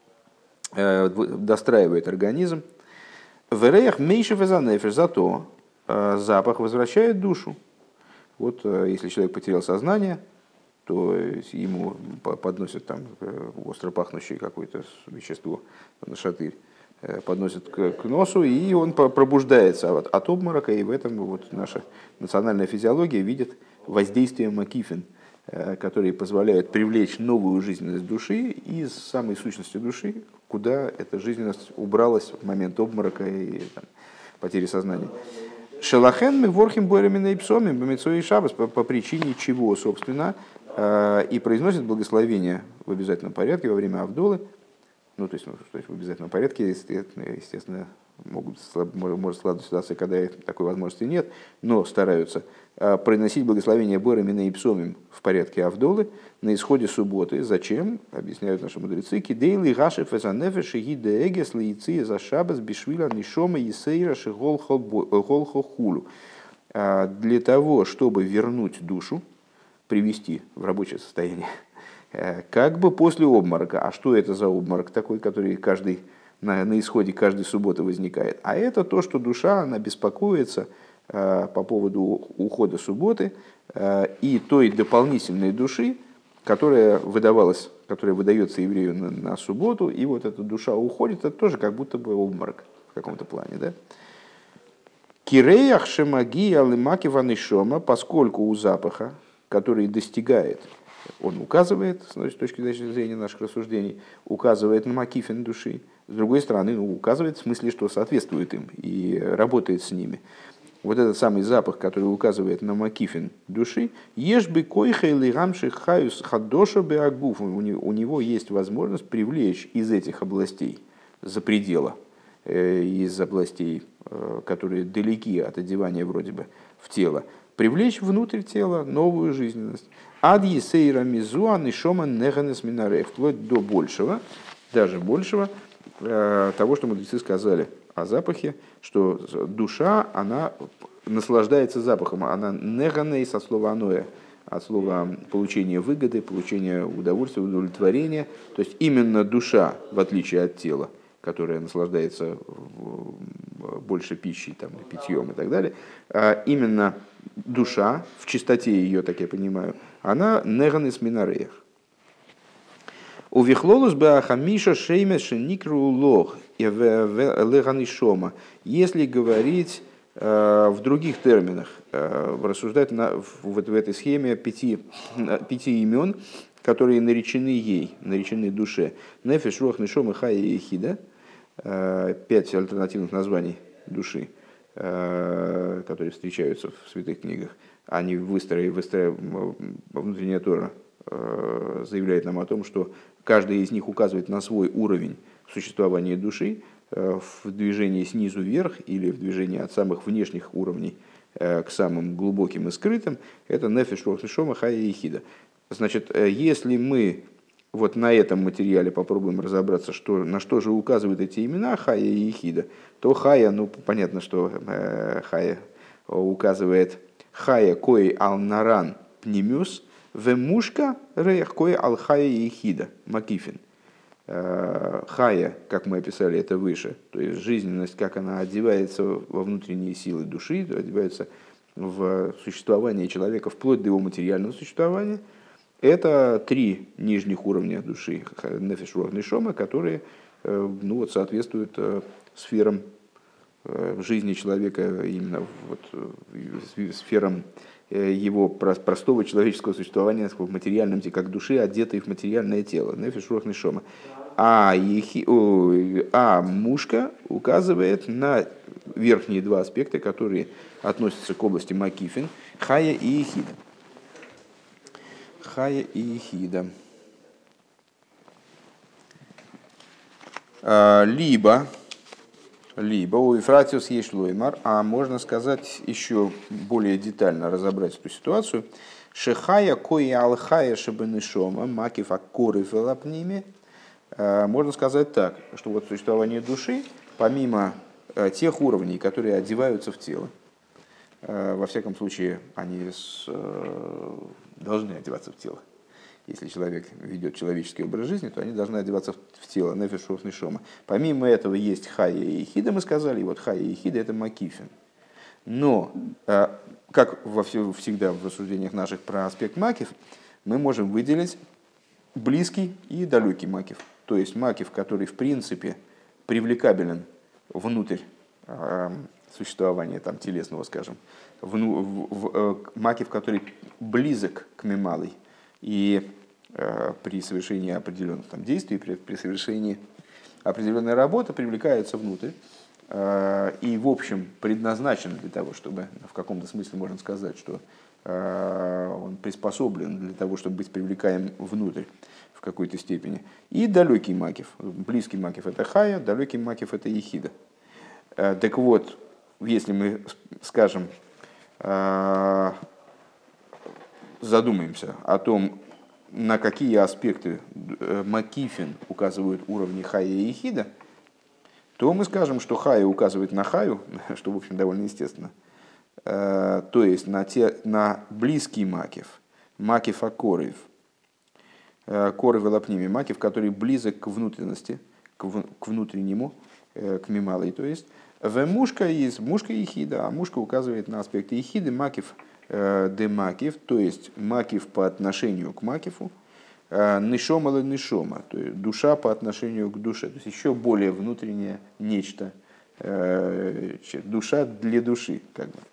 достраивает организм. В реях меньше фезанефер, зато запах возвращает душу. Вот если человек потерял сознание, то ему подносят там остро пахнущее какое-то вещество, нашатырь, подносят к носу, и он пробуждается от обморока, и в этом вот наша национальная физиология видит воздействие макифин, которые позволяют привлечь новую жизненность души из самой сущности души, куда эта жизненность убралась в момент обморока и там, потери сознания. Шелахен мы ворхим боремина и псоми бамицой и шабас, по причине чего, собственно, и произносит благословение в обязательном порядке во время Авдолы. Ну, то есть в обязательном порядке, естественно, может складываться ситуация, когда такой возможности нет, но стараются произносить благословение Боремина и Псомим в порядке Авдолы на исходе субботы. Зачем? Объясняют наши мудрецы. Кидейли гашев эзанефеш и гидеэгес лейци за шабас бишвила нишома есейра шиголхохулу. Для того, чтобы вернуть душу, привести в рабочее состояние, как бы после обморока. А что это за обморок такой, который на исходе каждой субботы возникает? А это то, что душа, она беспокоится по поводу ухода субботы и той дополнительной души, которая выдается еврею на субботу, и вот эта душа уходит, это тоже как будто бы обморок в каком-то плане. Да? Киреях шемаги алымаки ванишома, поскольку у запаха, который достигает, он указывает, с точки зрения наших рассуждений, указывает на макифин души. С другой стороны, указывает в смысле, что соответствует им и работает с ними. Вот этот самый запах, который указывает на макифин души, ешби койха или гамши хаюс хадоша беагуф, у него есть возможность привлечь из этих областей за пределы, из областей, которые далеки от одевания вроде бы в тело, привлечь внутрь тела новую жизненность. Ад есейра мизуан и шоман неганес минаре, вплоть до большего, даже большего, того, что мудрецы сказали о запахе, что душа, она наслаждается запахом, она неганей со слова аноэ, от слова получения выгоды, получения удовольствия, удовлетворения. То есть именно душа, в отличие от тела, которая наслаждается больше пищей, там, питьем и так далее, именно душа, в чистоте ее, так я понимаю, она неганес минареях. У вихлолус беахамиша шеймеш никру лох леганишома. Если говорить в других терминах, рассуждать в этой схеме пяти имен, которые наречены ей, наречены душе. Нефеш, руах, нишома, хая и хида. 5 альтернативных названий души, которые встречаются в святых книгах. Они внутренняя Тора заявляет нам о том, что каждый из них указывает на свой уровень существования души в движении снизу вверх или в движении от самых внешних уровней к самым глубоким и скрытым. Это нефеш, руах, нишома, хая и хида. Значит, если мы вот на этом материале попробуем разобраться, на что же указывают эти имена Хая и Ехида, то Хая, ну понятно, что Хая указывает Хая кой ал наран пнемюс, вемушка реях кой ал Хая и Ехида, макифин. Хая, как мы описали это выше, то есть жизненность, как она одевается во внутренние силы души, одевается в существование человека вплоть до его материального существования. Это 3 нижних уровня души, нефеш, руах, нишома, которые соответствуют сферам жизни человека, именно сферам его простого человеческого существования в материальном теле, как души, одетой в материальное тело. Нефеш, руах, нишома. А мушка указывает на верхние 2 аспекта, которые относятся к области макифин, хая и ехида. Хая и Ехида. Либо у Ефратиус есть лоймар, а можно сказать еще более детально разобрать эту ситуацию. Шехая кои алхая шабанышома макив аккоры филапними. Можно сказать так, что вот существование души, помимо тех уровней, которые одеваются в тело, во всяком случае, они должны одеваться в тело. Если человек ведет человеческий образ жизни, то они должны одеваться в тело, нефеш рох нешома. Помимо этого есть хая и ехида, мы сказали, и вот хая и ехида это макифин. Но, как всегда в рассуждениях наших про аспект макиф, мы можем выделить близкий и далекий макиф. То есть макиф, который в принципе привлекабелен внутрь существования там, телесного, скажем, макиф, который близок к мемалой. И при совершении определенных там, действий, при совершении определенной работы привлекается внутрь. И, в общем, предназначен для того, чтобы, в каком-то смысле можно сказать, что он приспособлен для того, чтобы быть привлекаем внутрь в какой-то степени. И далекий макиф. Близкий макиф – это хая, далекий макиф – это ехида. Так вот, если мы, скажем, задумаемся о том, на какие аспекты макифин указывают уровни хая и ехида, то мы скажем, что хая указывает на хаю, что, в общем, довольно естественно. То есть на близкий макиф, макиф акорев, коры велопними, макиф, который близок к внутренности, к внутреннему, к мималой, то есть. В мушка есть мушка ехида, а мушка указывает на аспекты ехиды, макиф де макиф, то есть макиф по отношению к макифу, нишома ле нишома, то есть душа по отношению к душе, то есть еще более внутреннее нечто, душа для души, как бы.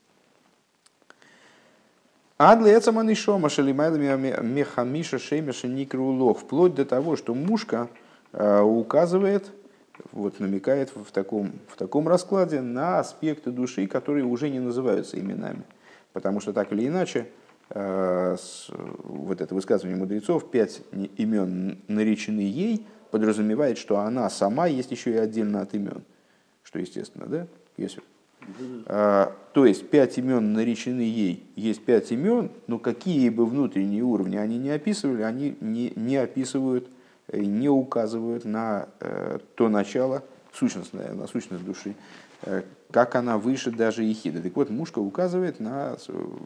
Адлецама нишома шалимайлами мехамиша шемеша никрулох, вплоть до того, что мушка указывает, вот, намекает в таком раскладе на аспекты души, которые уже не называются именами. Потому что так или иначе, вот это высказывание мудрецов, 5 имен наречены ей, подразумевает, что она сама есть еще и отдельно от имен. Что естественно, да? Если... То есть 5 имен наречены ей, есть 5 имен, но какие бы внутренние уровни они не описывали, они не описывают, не указывают на то начало сущностное, на сущность души, как она выше даже ехида. Так вот, мушка указывает на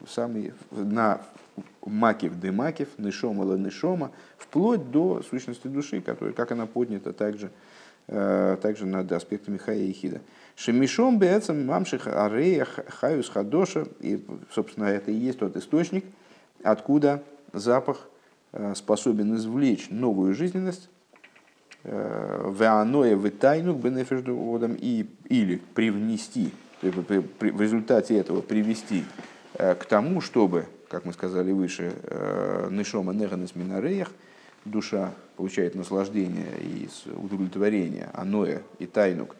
макив де макив, нишома ла нишома, вплоть до сущности души, которая, как она поднята также над аспектами хая и ехида. Шемишом бецам мамших арея хаюс хадоша, и, собственно, это и есть тот источник, откуда запах способен извлечь новую жизненность, веаноя витайну бенефежду одам, или привнести, в результате этого привести к тому, чтобы, как мы сказали выше, нишома неганес минареях, душа получает наслаждение и удовлетворение, аноя и тайнук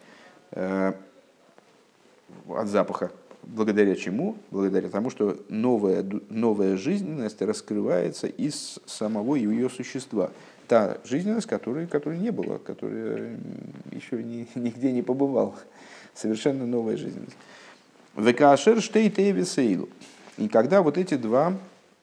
от запаха. Благодаря чему? Благодаря тому, что новая жизненность раскрывается из самого ее существа. Та жизненность, которой не было, которая еще нигде не побывала. Совершенно новая жизненность. Векашер штейт эвисейлу. И когда вот эти два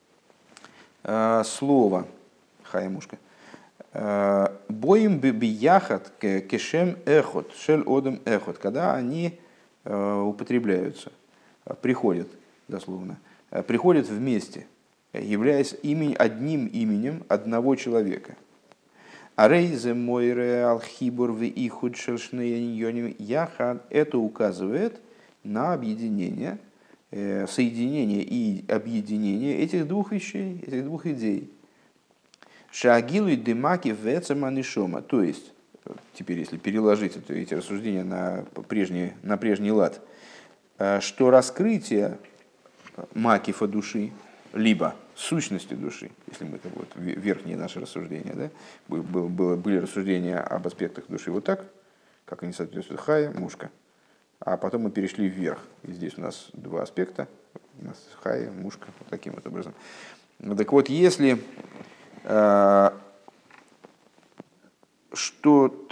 слова, хаймушка, боим бияхат кешем эхот, шель одем эхот, когда они употребляются, приходят, дословно, приходят вместе, являясь одним именем одного человека. Арейзе мойре алхибур в ихуд шершнеяньоним яхад, это указывает на объединение, соединение и объединение этих двух вещей, этих двух идей. Шагилу и демаки вецема нишома, то есть, теперь если переложить эти рассуждения на прежний лад, что раскрытие макифа души, либо сущности души, если мы это вот верхние наши рассуждения, да, были рассуждения об аспектах души вот так, как они соответствуют хая, мушка, а потом мы перешли вверх, и здесь у нас два аспекта, у нас хая, мушка, вот таким вот образом. Так вот, если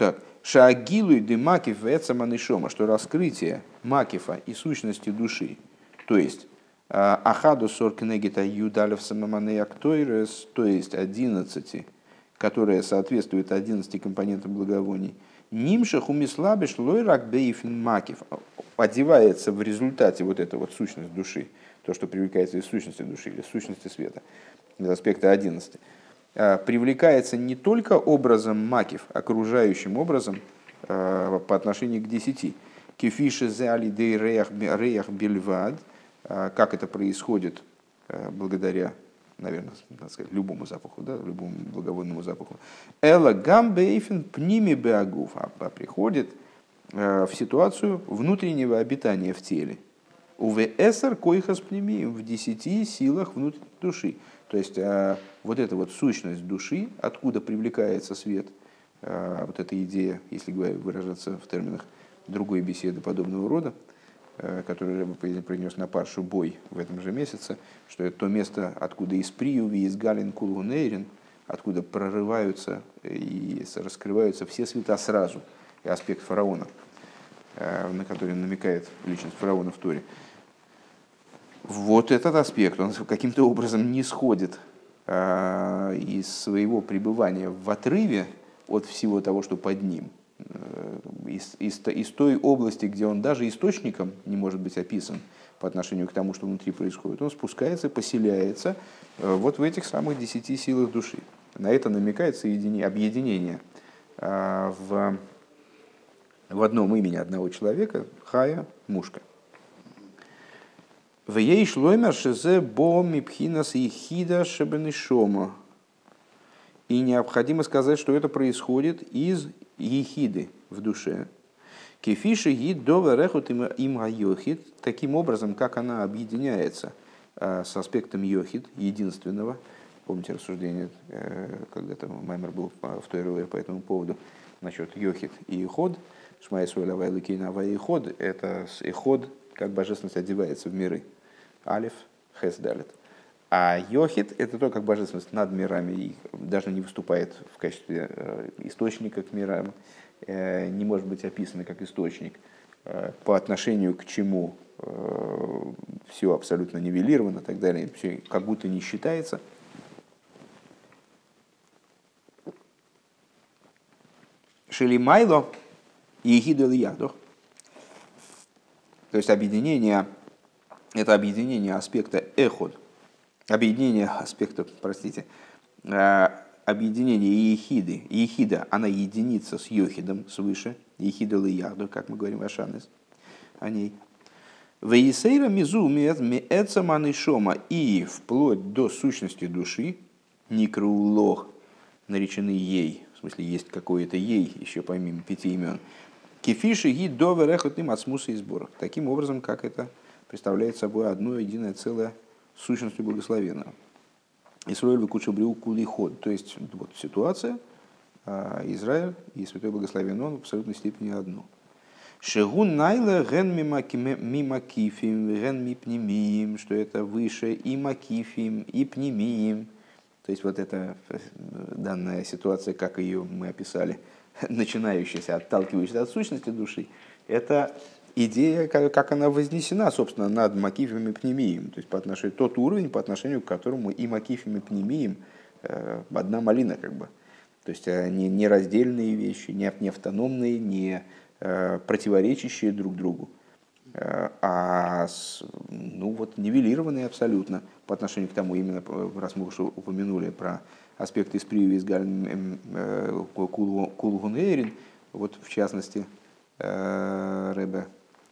Шаагилу и демакив вецаманишома, что раскрытие макифа и сущности души, то есть ахаду соркнегита юдалев самаманеактойрес, то есть 11, которая соответствует 11 компонентам благовоний, нимшах умислабиш лойрак бейфин макиф, одевается в результате вот эта вот сущность души, то, что привлекается из сущности души или сущности света, из аспекта 11, привлекается не только образом макив, окружающим образом по отношению к 10. Кефиши зали дей реях бельвад, как это происходит благодаря, наверное, надо сказать, любому запаху, да, любому благовонному запаху. Эла гамбейфен пними беагуф, а приходит в ситуацию внутреннего обитания в теле. УВСР койхас пними в 10 силах внутренней души. То есть вот эта вот сущность души, откуда привлекается свет, вот эта идея, если выражаться в терминах другой беседы подобного рода, который Рэбе принес на паршу бой в этом же месяце, что это то место, откуда из Приюви, из Галин Кулгунейрин, откуда прорываются и раскрываются все света сразу, и аспект фараона, на который намекает личность фараона в Торе. Вот этот аспект, он каким-то образом не сходит из своего пребывания в отрыве от всего того, что под ним, из той области, где он даже источником не может быть описан по отношению к тому, что внутри происходит, он спускается, поселяется вот в этих самых 10 силах души. На это намекает объединение в одном имени одного человека, Хая, Мушка. В ей шлоймер шезе бо мипхинас ехида шебенишома. И необходимо сказать, что это происходит из ехиды в душе. Кефиши гид доверехут им айохид, таким образом, как она объединяется с аспектом йохид, единственного. Помните рассуждение, когда-то Маймер был в Тойре по этому поводу, насчет йохид и иход. Шмай суэля вайлукина вайиход, это иход, как божественность одевается в миры. Алиф, хес, далит. А йохид — это то, как божественность над мирами и даже не выступает в качестве источника к мирам, не может быть описана как источник, по отношению к чему все абсолютно нивелировано и так далее, все как будто не считается. Шелимайло ехидо лиядох, то есть объединение, это объединение аспекта эход, объединение ехиды. Ехида, она единится с йохидом свыше, ехида лиядо, как мы говорим, ашанес о ней. Вейсейра мизу меэца манишома, и вплоть до сущности души, никрулох, наречены ей, в смысле есть какое-то ей, еще помимо 5 имен, кефиши ги доверехотным от смуса и сборов. Таким образом, как это представляет собой одно единое целое сущностью благословенного. Исраэль выкучил кулиход, то есть вот ситуация, Израиль и Святой Благословенный, он в абсолютной степени одно. Шегун найла ген мимакифим, ген мипнемиим, что это выше и макифим, и пнемиим. То есть вот эта данная ситуация, как ее мы описали, начинающаяся, отталкивающаяся от сущности души, это идея, как она вознесена, собственно, над макифем и пнемием, то есть по отношению, тот уровень, по отношению к которому и макифем, и пнемием одна малина, как бы. То есть не раздельные вещи, не автономные, не противоречащие друг другу, а нивелированные абсолютно по отношению к тому, именно раз мы уже упомянули про аспекты из Приюви, из Галин Кулгунейрин, вот в частности Ребе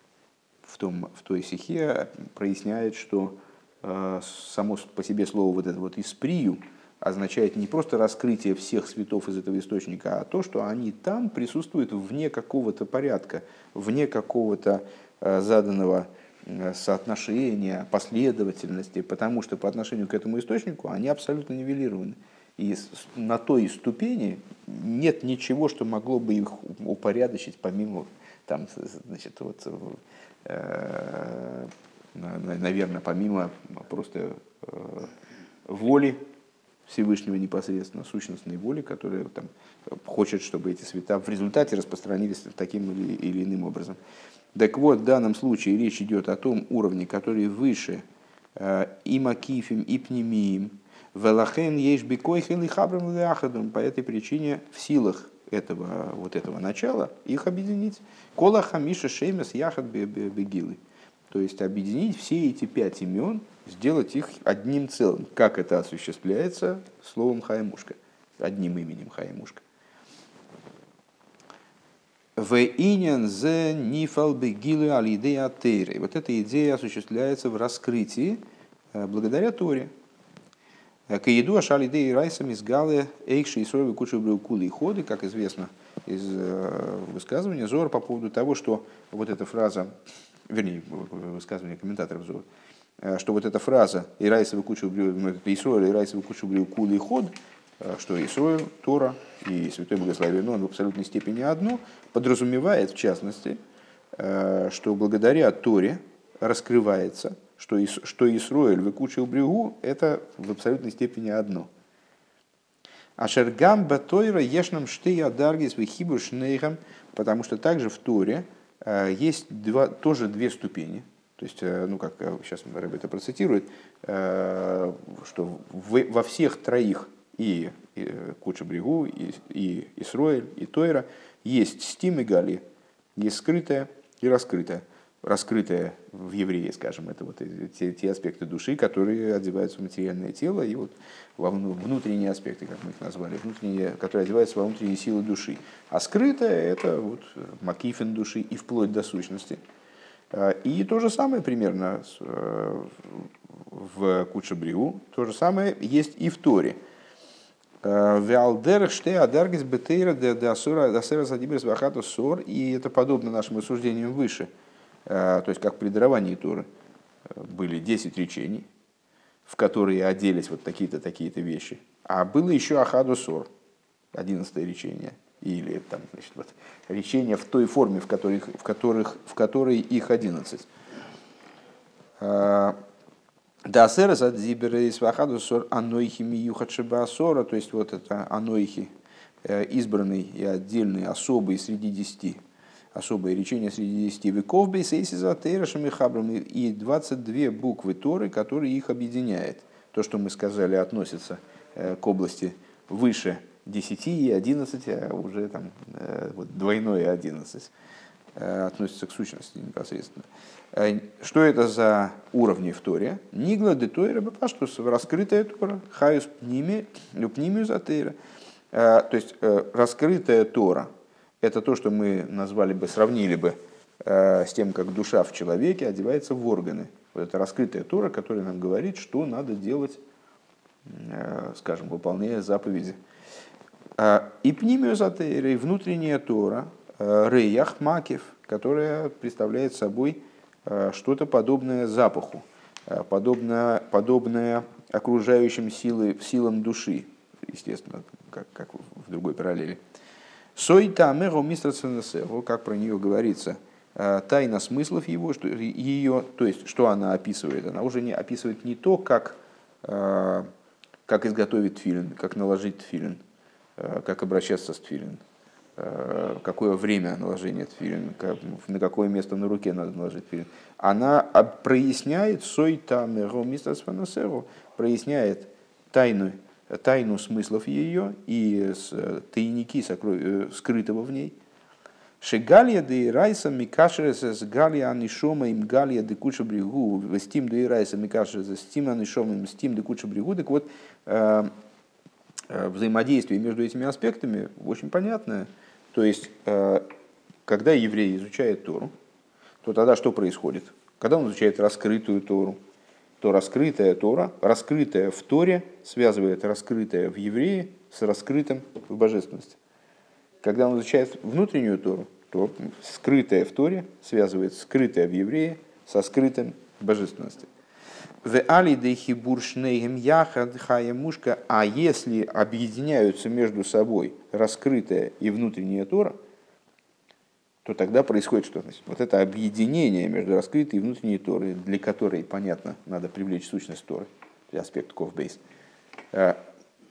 в той сихе проясняет, что само по себе слово вот это вот «исприю» означает не просто раскрытие всех светов из этого источника, а то, что они там присутствуют вне какого-то порядка, вне какого-то заданного соотношения, последовательности, потому что по отношению к этому источнику они абсолютно нивелированы. И на той ступени нет ничего, что могло бы их упорядочить, помимо, там, значит, вот, наверное, помимо просто воли Всевышнего непосредственно, сущностной воли, которая там, хочет, чтобы эти света в результате распространились таким или иным образом. Так вот, в данном случае речь идет о том уровне, который выше и макифим, и пнемиим. Велахен еш бекойхен и хабрам вяхадум. По этой причине в силах этого начала их объединить. Кола хамиша шеймес яхад бегилы. То есть объединить все эти 5 имен, сделать их одним целым. Как это осуществляется словом Хаямушка, одним именем Хаямушка. В иньян зе нифал бегилы алидея тейры. Вот эта идея осуществляется в раскрытии благодаря Торе. К еду ашалидеи райсам из галы эйши и сорви кучу брюкулы и ходы, как известно из высказывания Зора по поводу того, что вот эта фраза, вернее, высказывание комментаторов Зора, что вот эта фраза «Ирайсовый кучу Исроэль, Ирайсовый кучу кулы и ход», что Исроэль, Тора и Святой Благословен, он в абсолютной степени одно, подразумевает, в частности, что благодаря Торе раскрывается, что Исроэль выкучил брюгу, это в абсолютной степени одно. Ашергам батойра ешнам штея даргис вихибур шнейхам, потому что также в Торе есть тоже две ступени. То есть, ну как сейчас Рэбе это процитирует, что во всех троих и Куча Бригу, и Исроэль, и Тойра есть стим и гали, есть скрытое и раскрытое. Раскрытое в евреи, скажем, это вот те аспекты души, которые одеваются в материальное тело, и вот во внутренние аспекты, как мы их назвали, внутренние, которые одеваются во внутренние силы души. А скрытое — это вот макифен души и вплоть до сущности. И то же самое примерно в Куча Бригу, то же самое есть и в Торе. И это подобно нашим рассуждениям выше. То есть, как при даровании Торы были 10 речений, в которые оделись вот такие-то, такие-то вещи. А было еще Ахаду Сор, 11 речение. Или там, значит, вот, речения в той форме, в которой их 11. Дасера задзиберы свахаду сор анойхи миюхат шебаасора, то есть вот это анойхи, избранный и отдельный, особый среди 10, особое речение среди 10 веков бейсейсизатерашами хабрами и 22 буквы Торы, которые их объединяет. То, что мы сказали, относится к области выше 10 и 11, а уже там вот, двойное 11 относится к сущности непосредственно. Что это за уровни в Торе? Нигла де Тойра бепаштус, раскрытая Тора, хаюс пними, люпнимию за Тейра. То есть раскрытая Тора — это то, что мы назвали бы, сравнили бы с тем, как душа в человеке одевается в органы. Вот это раскрытая Тора, которая нам говорит, что надо делать, скажем, выполняя заповеди. И пнимию за Тейра, и внутренняя Тора, рейях макев, которая представляет собой что-то подобное запаху, подобное окружающим силам души, естественно, как в другой параллели. Сойта меро мистраценесеро, как про нее говорится, тайна смыслов его, что ее, то есть что она описывает, она уже не описывает не то, как изготовить тфилин, как наложить тфилин, как обращаться с тфилин, какое время наложения тфилин, на какое место на руке надо наложить тфилин. Она проясняет проясняет тайну смыслов ее и тайники скрытого в ней. Шегалия де райса микашерес галия анишома им галия де куча бригу вестим де райса микашерес стим анишома им стим де куча бригу. Так вот, взаимодействие между этими аспектами очень понятное. То есть, когда еврей изучает Тору, то тогда что происходит? Когда он изучает раскрытую Тору, то раскрытая Тора, раскрытая в Торе, связывает раскрытое в еврее с раскрытым в божественности. Когда он изучает внутреннюю Тору, то скрытое в Торе связывает скрытое в еврее со скрытым в божественности. А если объединяются между собой раскрытая и внутренняя Тора, то тогда происходит что? Значит, вот это объединение между раскрытой и внутренней Торой, для которой, понятно, надо привлечь сущность Торы, аспект ковбейс.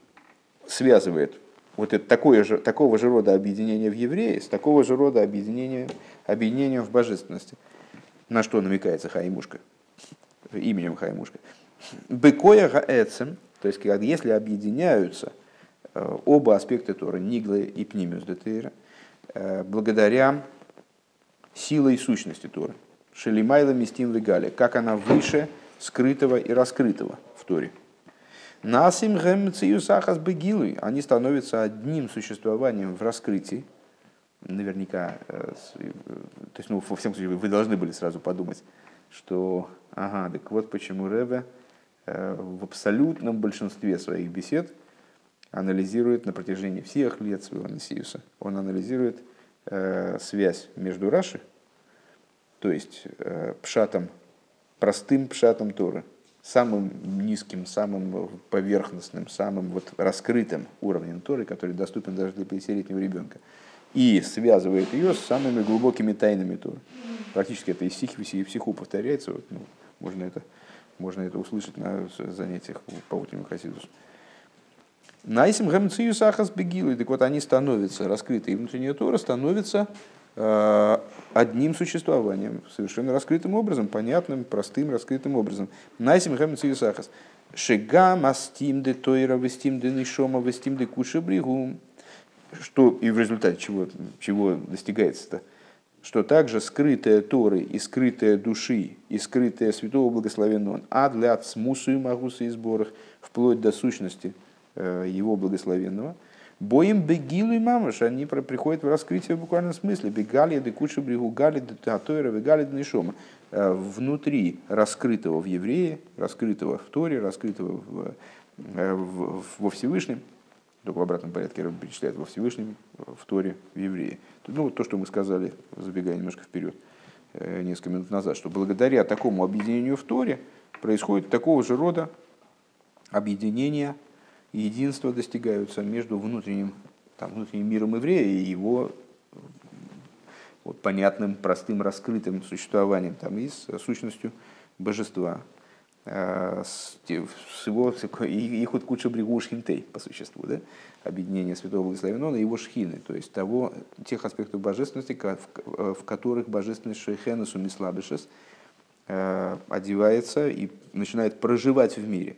связывает вот это такого же рода объединение в евреи с такого же рода объединением в божественности. На что намекается Хаимушка, именем Хаимушка. Бекоя гаэцем, то есть если объединяются оба аспекта Торы, Нигла и Пнимиус де Тейра, благодаря силой сущности Торы, Шелимайла Мистим Вегале, как она выше скрытого и раскрытого в Торе. Насим гэм циюсахас бегилуй, они становятся одним существованием в раскрытии. Наверняка, то есть, ну, во всяком случае, вы должны были сразу подумать, что, ага, так вот почему Ребе в абсолютном большинстве своих бесед анализирует на протяжении всех лет своего Насиюса, он анализирует связь между Раши, то есть пшатом, простым пшатом Торы, самым низким, самым поверхностным, самым вот раскрытым уровнем Торы, который доступен даже для 50-летнего ребенка, и связывает ее с самыми глубокими тайнами Торы. Практически это из сихи и в сиху повторяется. Вот, ну, можно это услышать на занятиях по утреннему хасидусу. Найсим гэмцию сахас бегилы. Так вот, они становятся раскрыты, и внутренняя Тора становится одним существованием, совершенно раскрытым образом, понятным, простым, раскрытым образом. Найсим гэмцию сахас. Шега мастим де тойра вестим де нишома вестим де куша бригум. Что и в результате чего достигается-то? Что также скрытая Торы и скрытая души, и скрытая Святого Благословенного, а для цмусу и магуса и сборах, вплоть до сущности Его Благословенного, боим бегилу и мамаш, они приходят в раскрытие в буквальном смысле. Бегали де куча бригу, гали де татойра, бегали де нишома. Внутри раскрытого в еврее, раскрытого в Торе, раскрытого во Всевышнем, только в обратном порядке перечисляет во Всевышнем, в Торе, в еврее. Ну, то, что мы сказали, забегая немножко вперед, несколько минут назад, что благодаря такому объединению в Торе происходит такого же рода объединения, единства достигаются между внутренним миром еврея и его вот, понятным, простым, раскрытым существованием и с сущностью божества. С его ихуд куча бригу шхинтей, по существу, да? Объединение Святого Благословенного и его шхины, то есть тех аспектов божественности, в которых божественность шейхенесу мислабешес одевается и начинает проживать в мире.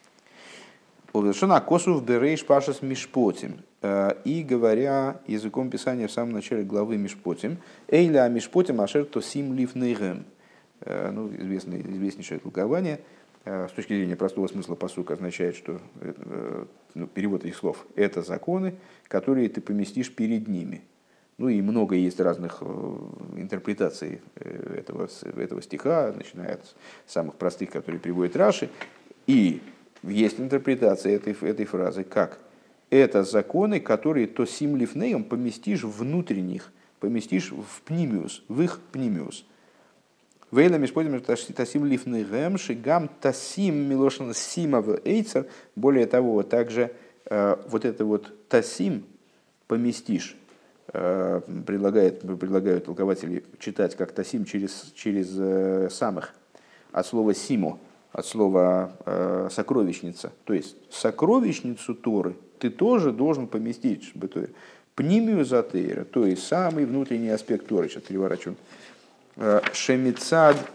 Шона косу в берейш пашас мишпотим. И говоря языком Писания в самом начале главы Мишпотим, эйля мишпотим ашер тосим лиф нейгем. Ну, известнейшее толкование, с точки зрения простого смысла пасука, означает, что перевод этих слов – это законы, которые ты поместишь перед ними. Ну и много есть разных интерпретаций этого стиха, начиная от самых простых, которые приводит Раши. И есть интерпретация этой фразы как «это законы, которые то сим лифнеем поместишь внутренних, поместишь в пнимиус, в их пнимиус». Вейла мишпотим тасим лифный гэм шигам тасим милошин симов эйцер. Более того, также вот это вот тасим поместишь, предлагают толкователи читать как тасим через самых, от слова симо, от слова сокровищница. То есть сокровищницу Торы ты тоже должен поместить пнимию затейра, то есть самый внутренний аспект Торы. Сейчас переворачиваю. Шемицад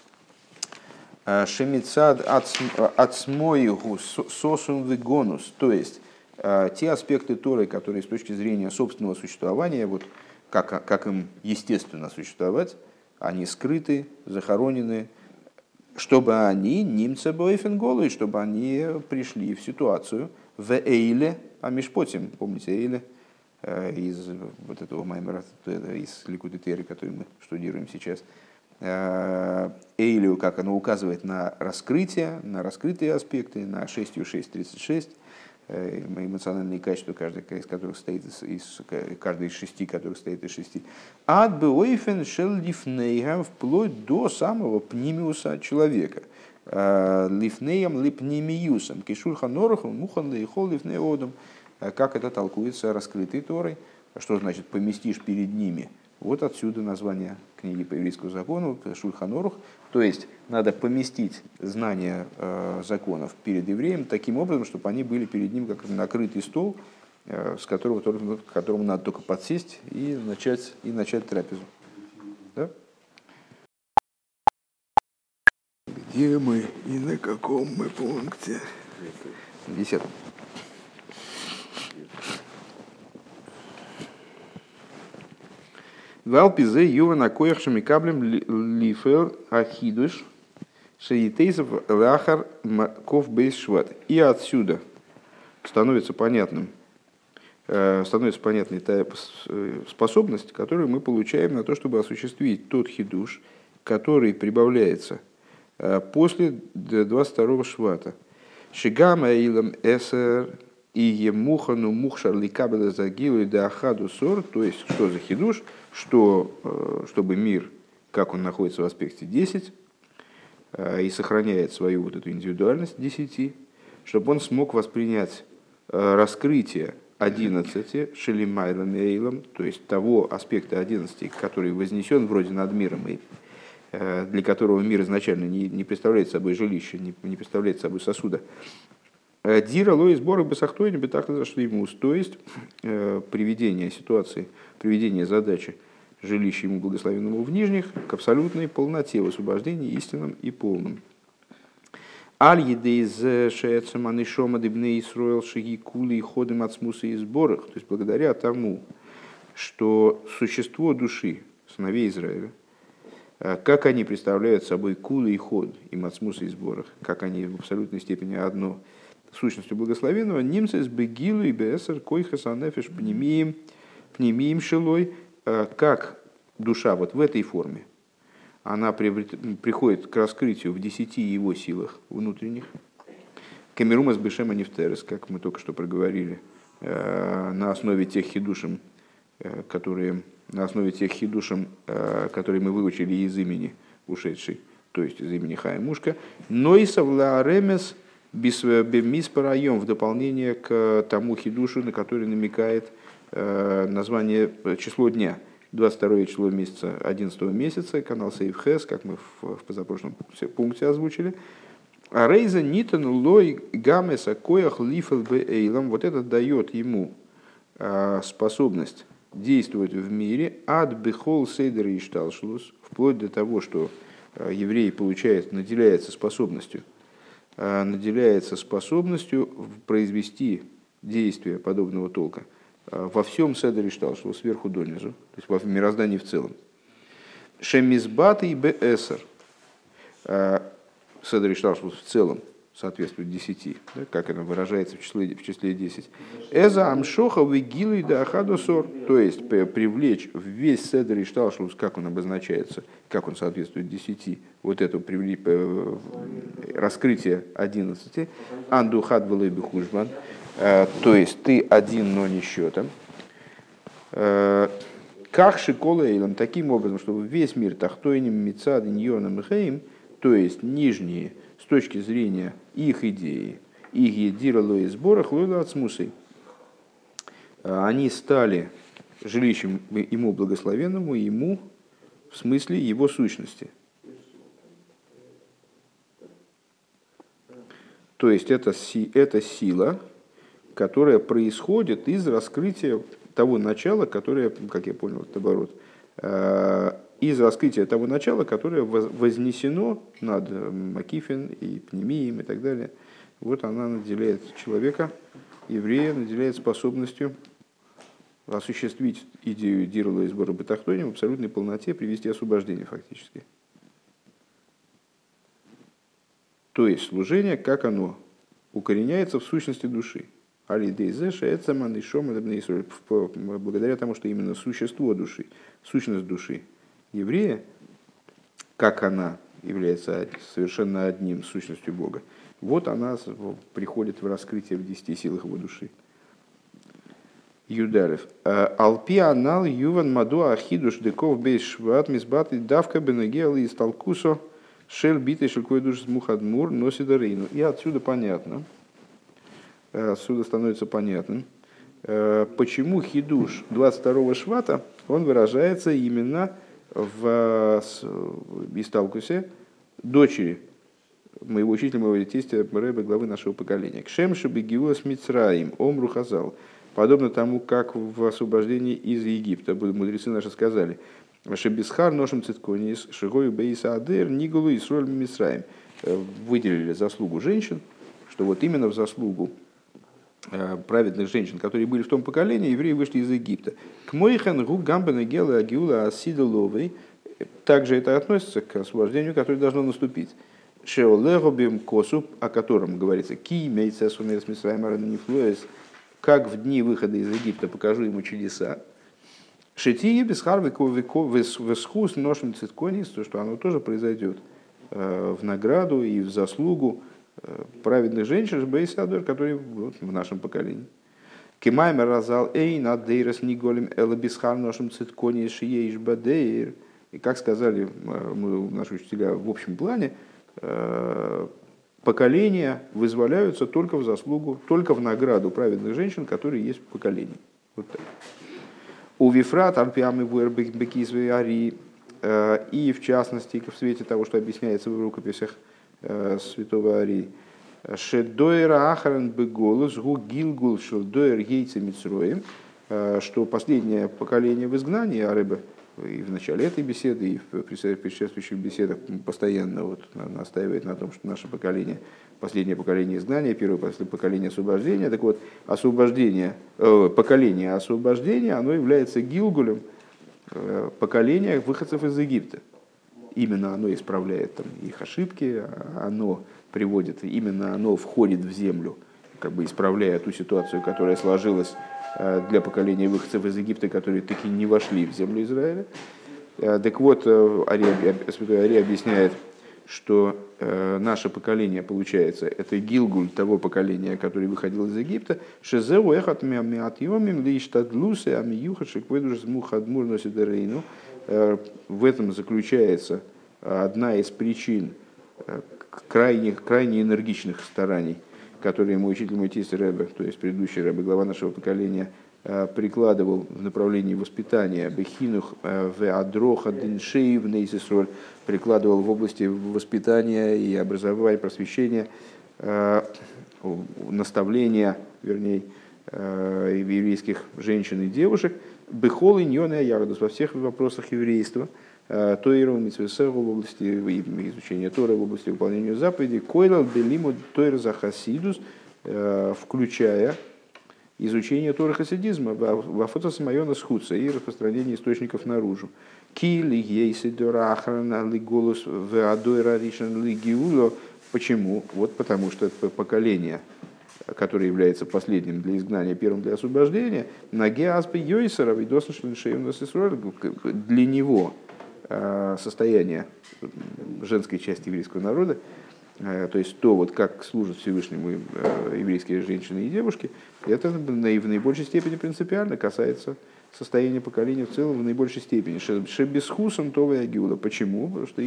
ацмоигу сосум вегонус, то есть те аспекты Торы, которые с точки зрения собственного существования, вот как им естественно существовать, они скрыты, захоронены, чтобы они нимца бойфенголы, чтобы они пришли в ситуацию в эйле амишпотим, помните эйле? Из вот этого маймера, из Ликутей Торы, который мы штудируем сейчас, Эйлю, как оно указывает на раскрытие, на раскрытые аспекты, на 6.6.36, эмоциональные качества, каждый из которых состоит каждый из 6, которых состоит из 6. Ад беойфен шел лифнейгам, вплоть до самого пнимиуса человека. Лифнеям липнимиусом, кишульхан норохом, мухан лейхол лифнеодом. Как это толкуется раскрытой Торой, что значит поместишь перед ними, Вот отсюда название книги по еврейскому закону Шульхан Орух. То есть надо поместить знания законов перед евреем таким образом, чтобы они были перед ним как накрытый стол, к которому надо только подсесть и начать трапезу. Да? Где мы и на каком мы пункте? 10. Валпизе юва на коях шамикаблем лифер ахидуш шеитейзов лахар ков бейс шват. И отсюда становится понятной та способность, которую мы получаем на то, чтобы осуществить тот хидуш, который прибавляется после 22-го швата. Шигама илам эсер и емухану мухшар ликабеля загилу и дахаду сор. То есть, что за хидуш? Чтобы мир, как он находится в аспекте 10, и сохраняет свою вот эту индивидуальность 10, чтобы он смог воспринять раскрытие 11 шелимайлом и эйлом, то есть того аспекта 11, который вознесен вроде над миром, и для которого мир изначально не представляет собой жилище, не представляет собой сосуда. Дира лои сборах бесахтойни бетахта зашлимус, то есть приведение ситуации, приведение задачи жилища ему благословенному в нижних к абсолютной полноте в освобождении истинном и полном. Аль едейз шеэцаманы шома дебней Исроэл шаги кули и ходым от смуса и сборах, то есть благодаря тому, что существо души сыновей Израиля, как они представляют собой кулы и ход, и мацмуса и сборах, как они в абсолютной степени одно сущностью благословенного, нимцес бегилу и бесер койхасанефиш пнемиим шилой, как душа вот в этой форме, она приходит к раскрытию в 10 его силах внутренних. Камерумас бешема нефтерес, как мы только что проговорили, на основе тех хидушим, которые мы выучили из имени ушедшей, то есть из имени Хаймушка, но и совлааремес бемиспараем, в дополнение к тому хидушу, на который намекает название число дня. 22 число месяца 11 месяца, канал Сейфхэс, как мы в позапрошлом пункте озвучили. А рейза нитан лой гамеса коях лифел бе эйлам. Вот это дает ему способность действовать в мире ад бехол сейдер и шталшлус, вплоть до того, что еврей наделяется способностью произвести действие подобного толка во всем седере шталшлус, сверху донизу, то есть в мироздании в целом. Шемизбат и беэсер. Седер и шталшлус в целом соответствует 10, да, как это выражается в числе 10. Эза амшоха вигилу и дахаду сор. То есть привлечь в весь седер и шталшлус, как он обозначается, как он соответствует 10, вот это раскрытие 11. Анду хад вэлэби хужбан. То есть ты один, но не счетом. Как шиколейлом, таким образом, чтобы весь мир тахтойним мицад ньоном хейм, то есть нижние с точки зрения их идеи, их едирало и сборах лойла от смусой, они стали жилищем ему благословенному, ему в смысле его сущности. То есть это сила, которая происходит из раскрытия того начала, которое, как я понял, наоборот, из раскрытия того начала, которое вознесено над Макифин и Пнемием и так далее. Вот она наделяет человека, еврея, наделяет способностью осуществить идею Дирла и сбора Бетахтоним в абсолютной полноте, привести освобождение фактически. То есть служение, как оно укореняется в сущности души. Благодаря тому, что именно существо души, сущность души еврея, как она является совершенно одним с сущностью Бога, вот она приходит в раскрытие в 10 силах его души. Юдарев. Алпи анал юван маду ахидуш деков бейс шват мизбат и давка бенегел из толкусо шель битой шелькой душ мухадмур носит арейну. И отсюда становится понятным, почему хидуш 22-го швата, он выражается именно в Исталкусе, дочери моего учителя, моего тестя, рэбе, главы нашего поколения. Кшем шебегиуа с Мицраим, омру хазал. Подобно тому, как в освобождении из Египта, мудрецы наши сказали, шебисхар ношем цитконис, шигою бейса адер, нигулу и сроль Мицраим. Выделили заслугу женщин, что вот именно в заслугу праведных женщин, которые были в том поколении, евреи вышли из Египта. К мойхан гу гамбана гела агиула асидоловой. Также это относится к освобождению, которое должно наступить. Шеолегобим косу, о котором говорится, ки имеется сумер с Мисраимаром нефлуэс, как в дни выхода из Египта покажу ему чудеса. Шетии бесхарвиковесхус ношим цитконис, то, что оно тоже произойдет в награду и в заслугу праведных женщин, бейсадор, которые вот, в нашем поколении. Кемаймер разал эй над дейрос niголем эла бисхар ношим цитконис шиеиш бадейр. И как сказали наши учителя в общем плане, поколения вызволяются только в заслугу, только в награду праведных женщин, которые есть в поколении. Вот так. У Вифрат Арпиамы Буэрбекизвей Ари, и в частности, в свете того, что объясняется в рукописях святого Арии, Шедойра Ахаран Беголус Гу Гилгул Шелдойр Гейца Мицроем, что последнее поколение в изгнании, а рыба и в начале этой беседы, и в предшествующих беседах постоянно вот настаивает на том, что наше поколение, последнее поколение изгнания, первое поколение освобождения. Так вот, поколение освобождения, оно является гилгулем поколения выходцев из Египта. Именно оно исправляет там их ошибки, оно приводит, именно оно входит в землю, как бы исправляя ту ситуацию, которая сложилась для поколения выходцев из Египта, которые таки не вошли в землю Израиля. Так вот, святой Арий объясняет, что наше поколение, получается, это гилгуль того поколения, которое выходило из Египта. Шезеу эхат миатьомим лиштадлусе амиюхашек выдуш мухадмур носит рейну. В этом заключается одна из причин крайне энергичных стараний, которые мой учитель, мой тесть Ребе, то есть предыдущий Ребе, глава нашего поколения, прикладывал в направлении воспитания бехинух в адроха диншей в нейсисроль, прикладывал в области воспитания и образования, просвещения, наставления, вернее, еврейских женщин и девушек, бехол и ньоная ягодус во всех вопросах еврейства, Тойру, Митсвесеру в области изучения Торы, в области выполнения заповедей, Койлал Белиму Тойр Захасидус, включая изучение Торы хасидизма, во фотосамайона схудца и распространение источников наружу. Кили Ейсидора Ахрана Лиголус Веадойра Ришан Лигиуло. Почему? Вот потому что поколение, которое является последним для изгнания, первым для освобождения, Нагеаспи Йойсера, для него состояние женской части еврейского народа, то есть то, вот как служат Всевышнему еврейские женщины и девушки, это в наибольшей степени принципиально касается состояния поколения в целом в наибольшей степени. Шебесхусом това агиула. Почему? Потому что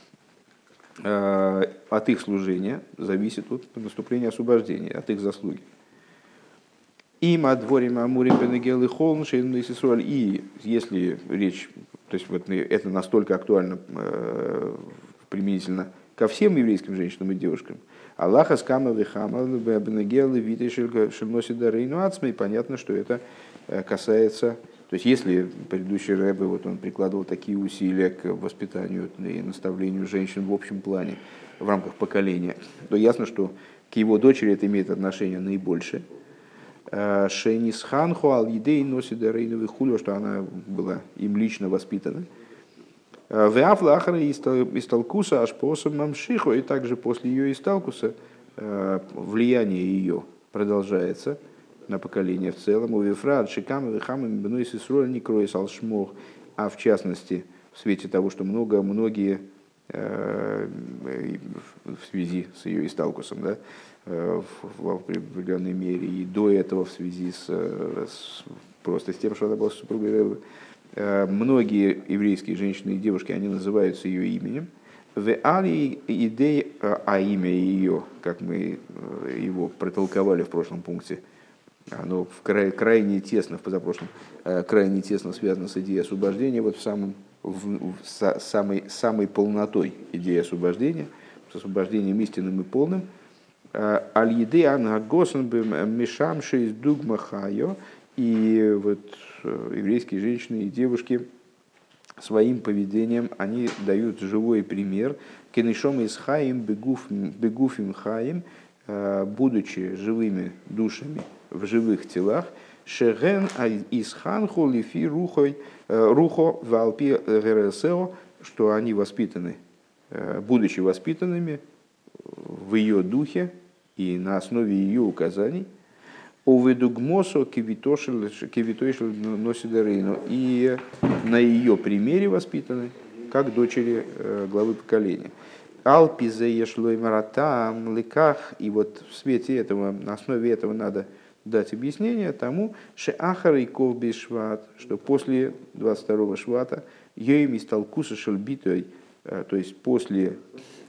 от их служения зависит от наступления освобождения, от их заслуги. Им отворим амурим бенегел и холн шейн исисроль. И если речь, то есть вот это настолько актуально применительно ко всем еврейским женщинам и девушкам, Аллаха скама вихама бенегел и витей шельносит дарейну ацмей, понятно, что это касается. То есть если предыдущий рэбе, вот он прикладывал такие усилия к воспитанию и наставлению женщин в общем плане, в рамках поколения, то ясно, что к его дочери это имеет отношение наибольшее. Шейнисханху ал-идей носит рейновый хулю, что она была им лично воспитана. Веафлахара исталкуса аж по мамшиху, и также после ее исталкуса влияние ее продолжается на поколение в целом. У Вифрат шикам вихамам бнойс исроль не кроес алшмох, а в частности в свете того, что многие в связи с ее исталкусом, да, в определенной мере и до этого в связи просто с тем, что она была супругой, многие еврейские женщины и девушки, они называются ее именем. В али идей, а имя ее, как мы его протолковали в прошлом пункте, оно крайне тесно, в позапрошлом, крайне тесно связано с идеей освобождения, вот самой полнотой идеи освобождения, с освобождением истинным и полным. Аль-еды ангагосен мешамши из дугмахайо. И вот еврейские женщины и девушки своим поведением они дают живой пример. Кенешом из хаим бегуфим хаим, будучи живыми душами в живых телах. Шеген из ханху лифи рухо валпи гересео, что они воспитаны, будучи воспитанными в ее духе и на основе ее указаний. Оведугмосо кивитошель носидерейну, и на ее примере воспитаны, как дочери главы поколения. Алпизе ешлой маратам леках, и вот в свете этого, на основе этого надо дать объяснение тому, что ахар и ковби шват, что после 22-го швата ейми сталкуса шельбитой, то есть после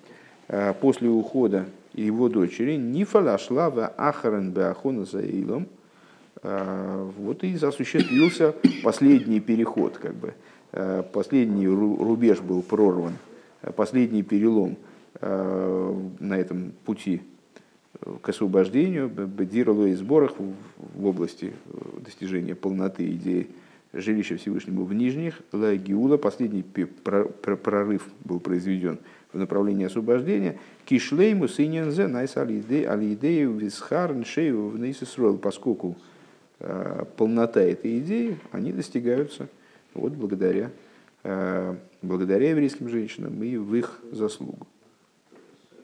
ухода его дочери, Нифала шлава ахарен беахона заилом, вот и осуществился последний переход, как бы, последний рубеж был прорван, последний перелом на этом пути к освобождению, бедирало и сборах в области достижения полноты идеи жилища Всевышнему в нижних, лагиула, последний прорыв был произведен в направлении освобождения, кишлейму синензе найс алидею висхарн шею в нейсисрол, поскольку полнота этой идеи, они достигаются вот благодаря еврейским женщинам и в их заслугу.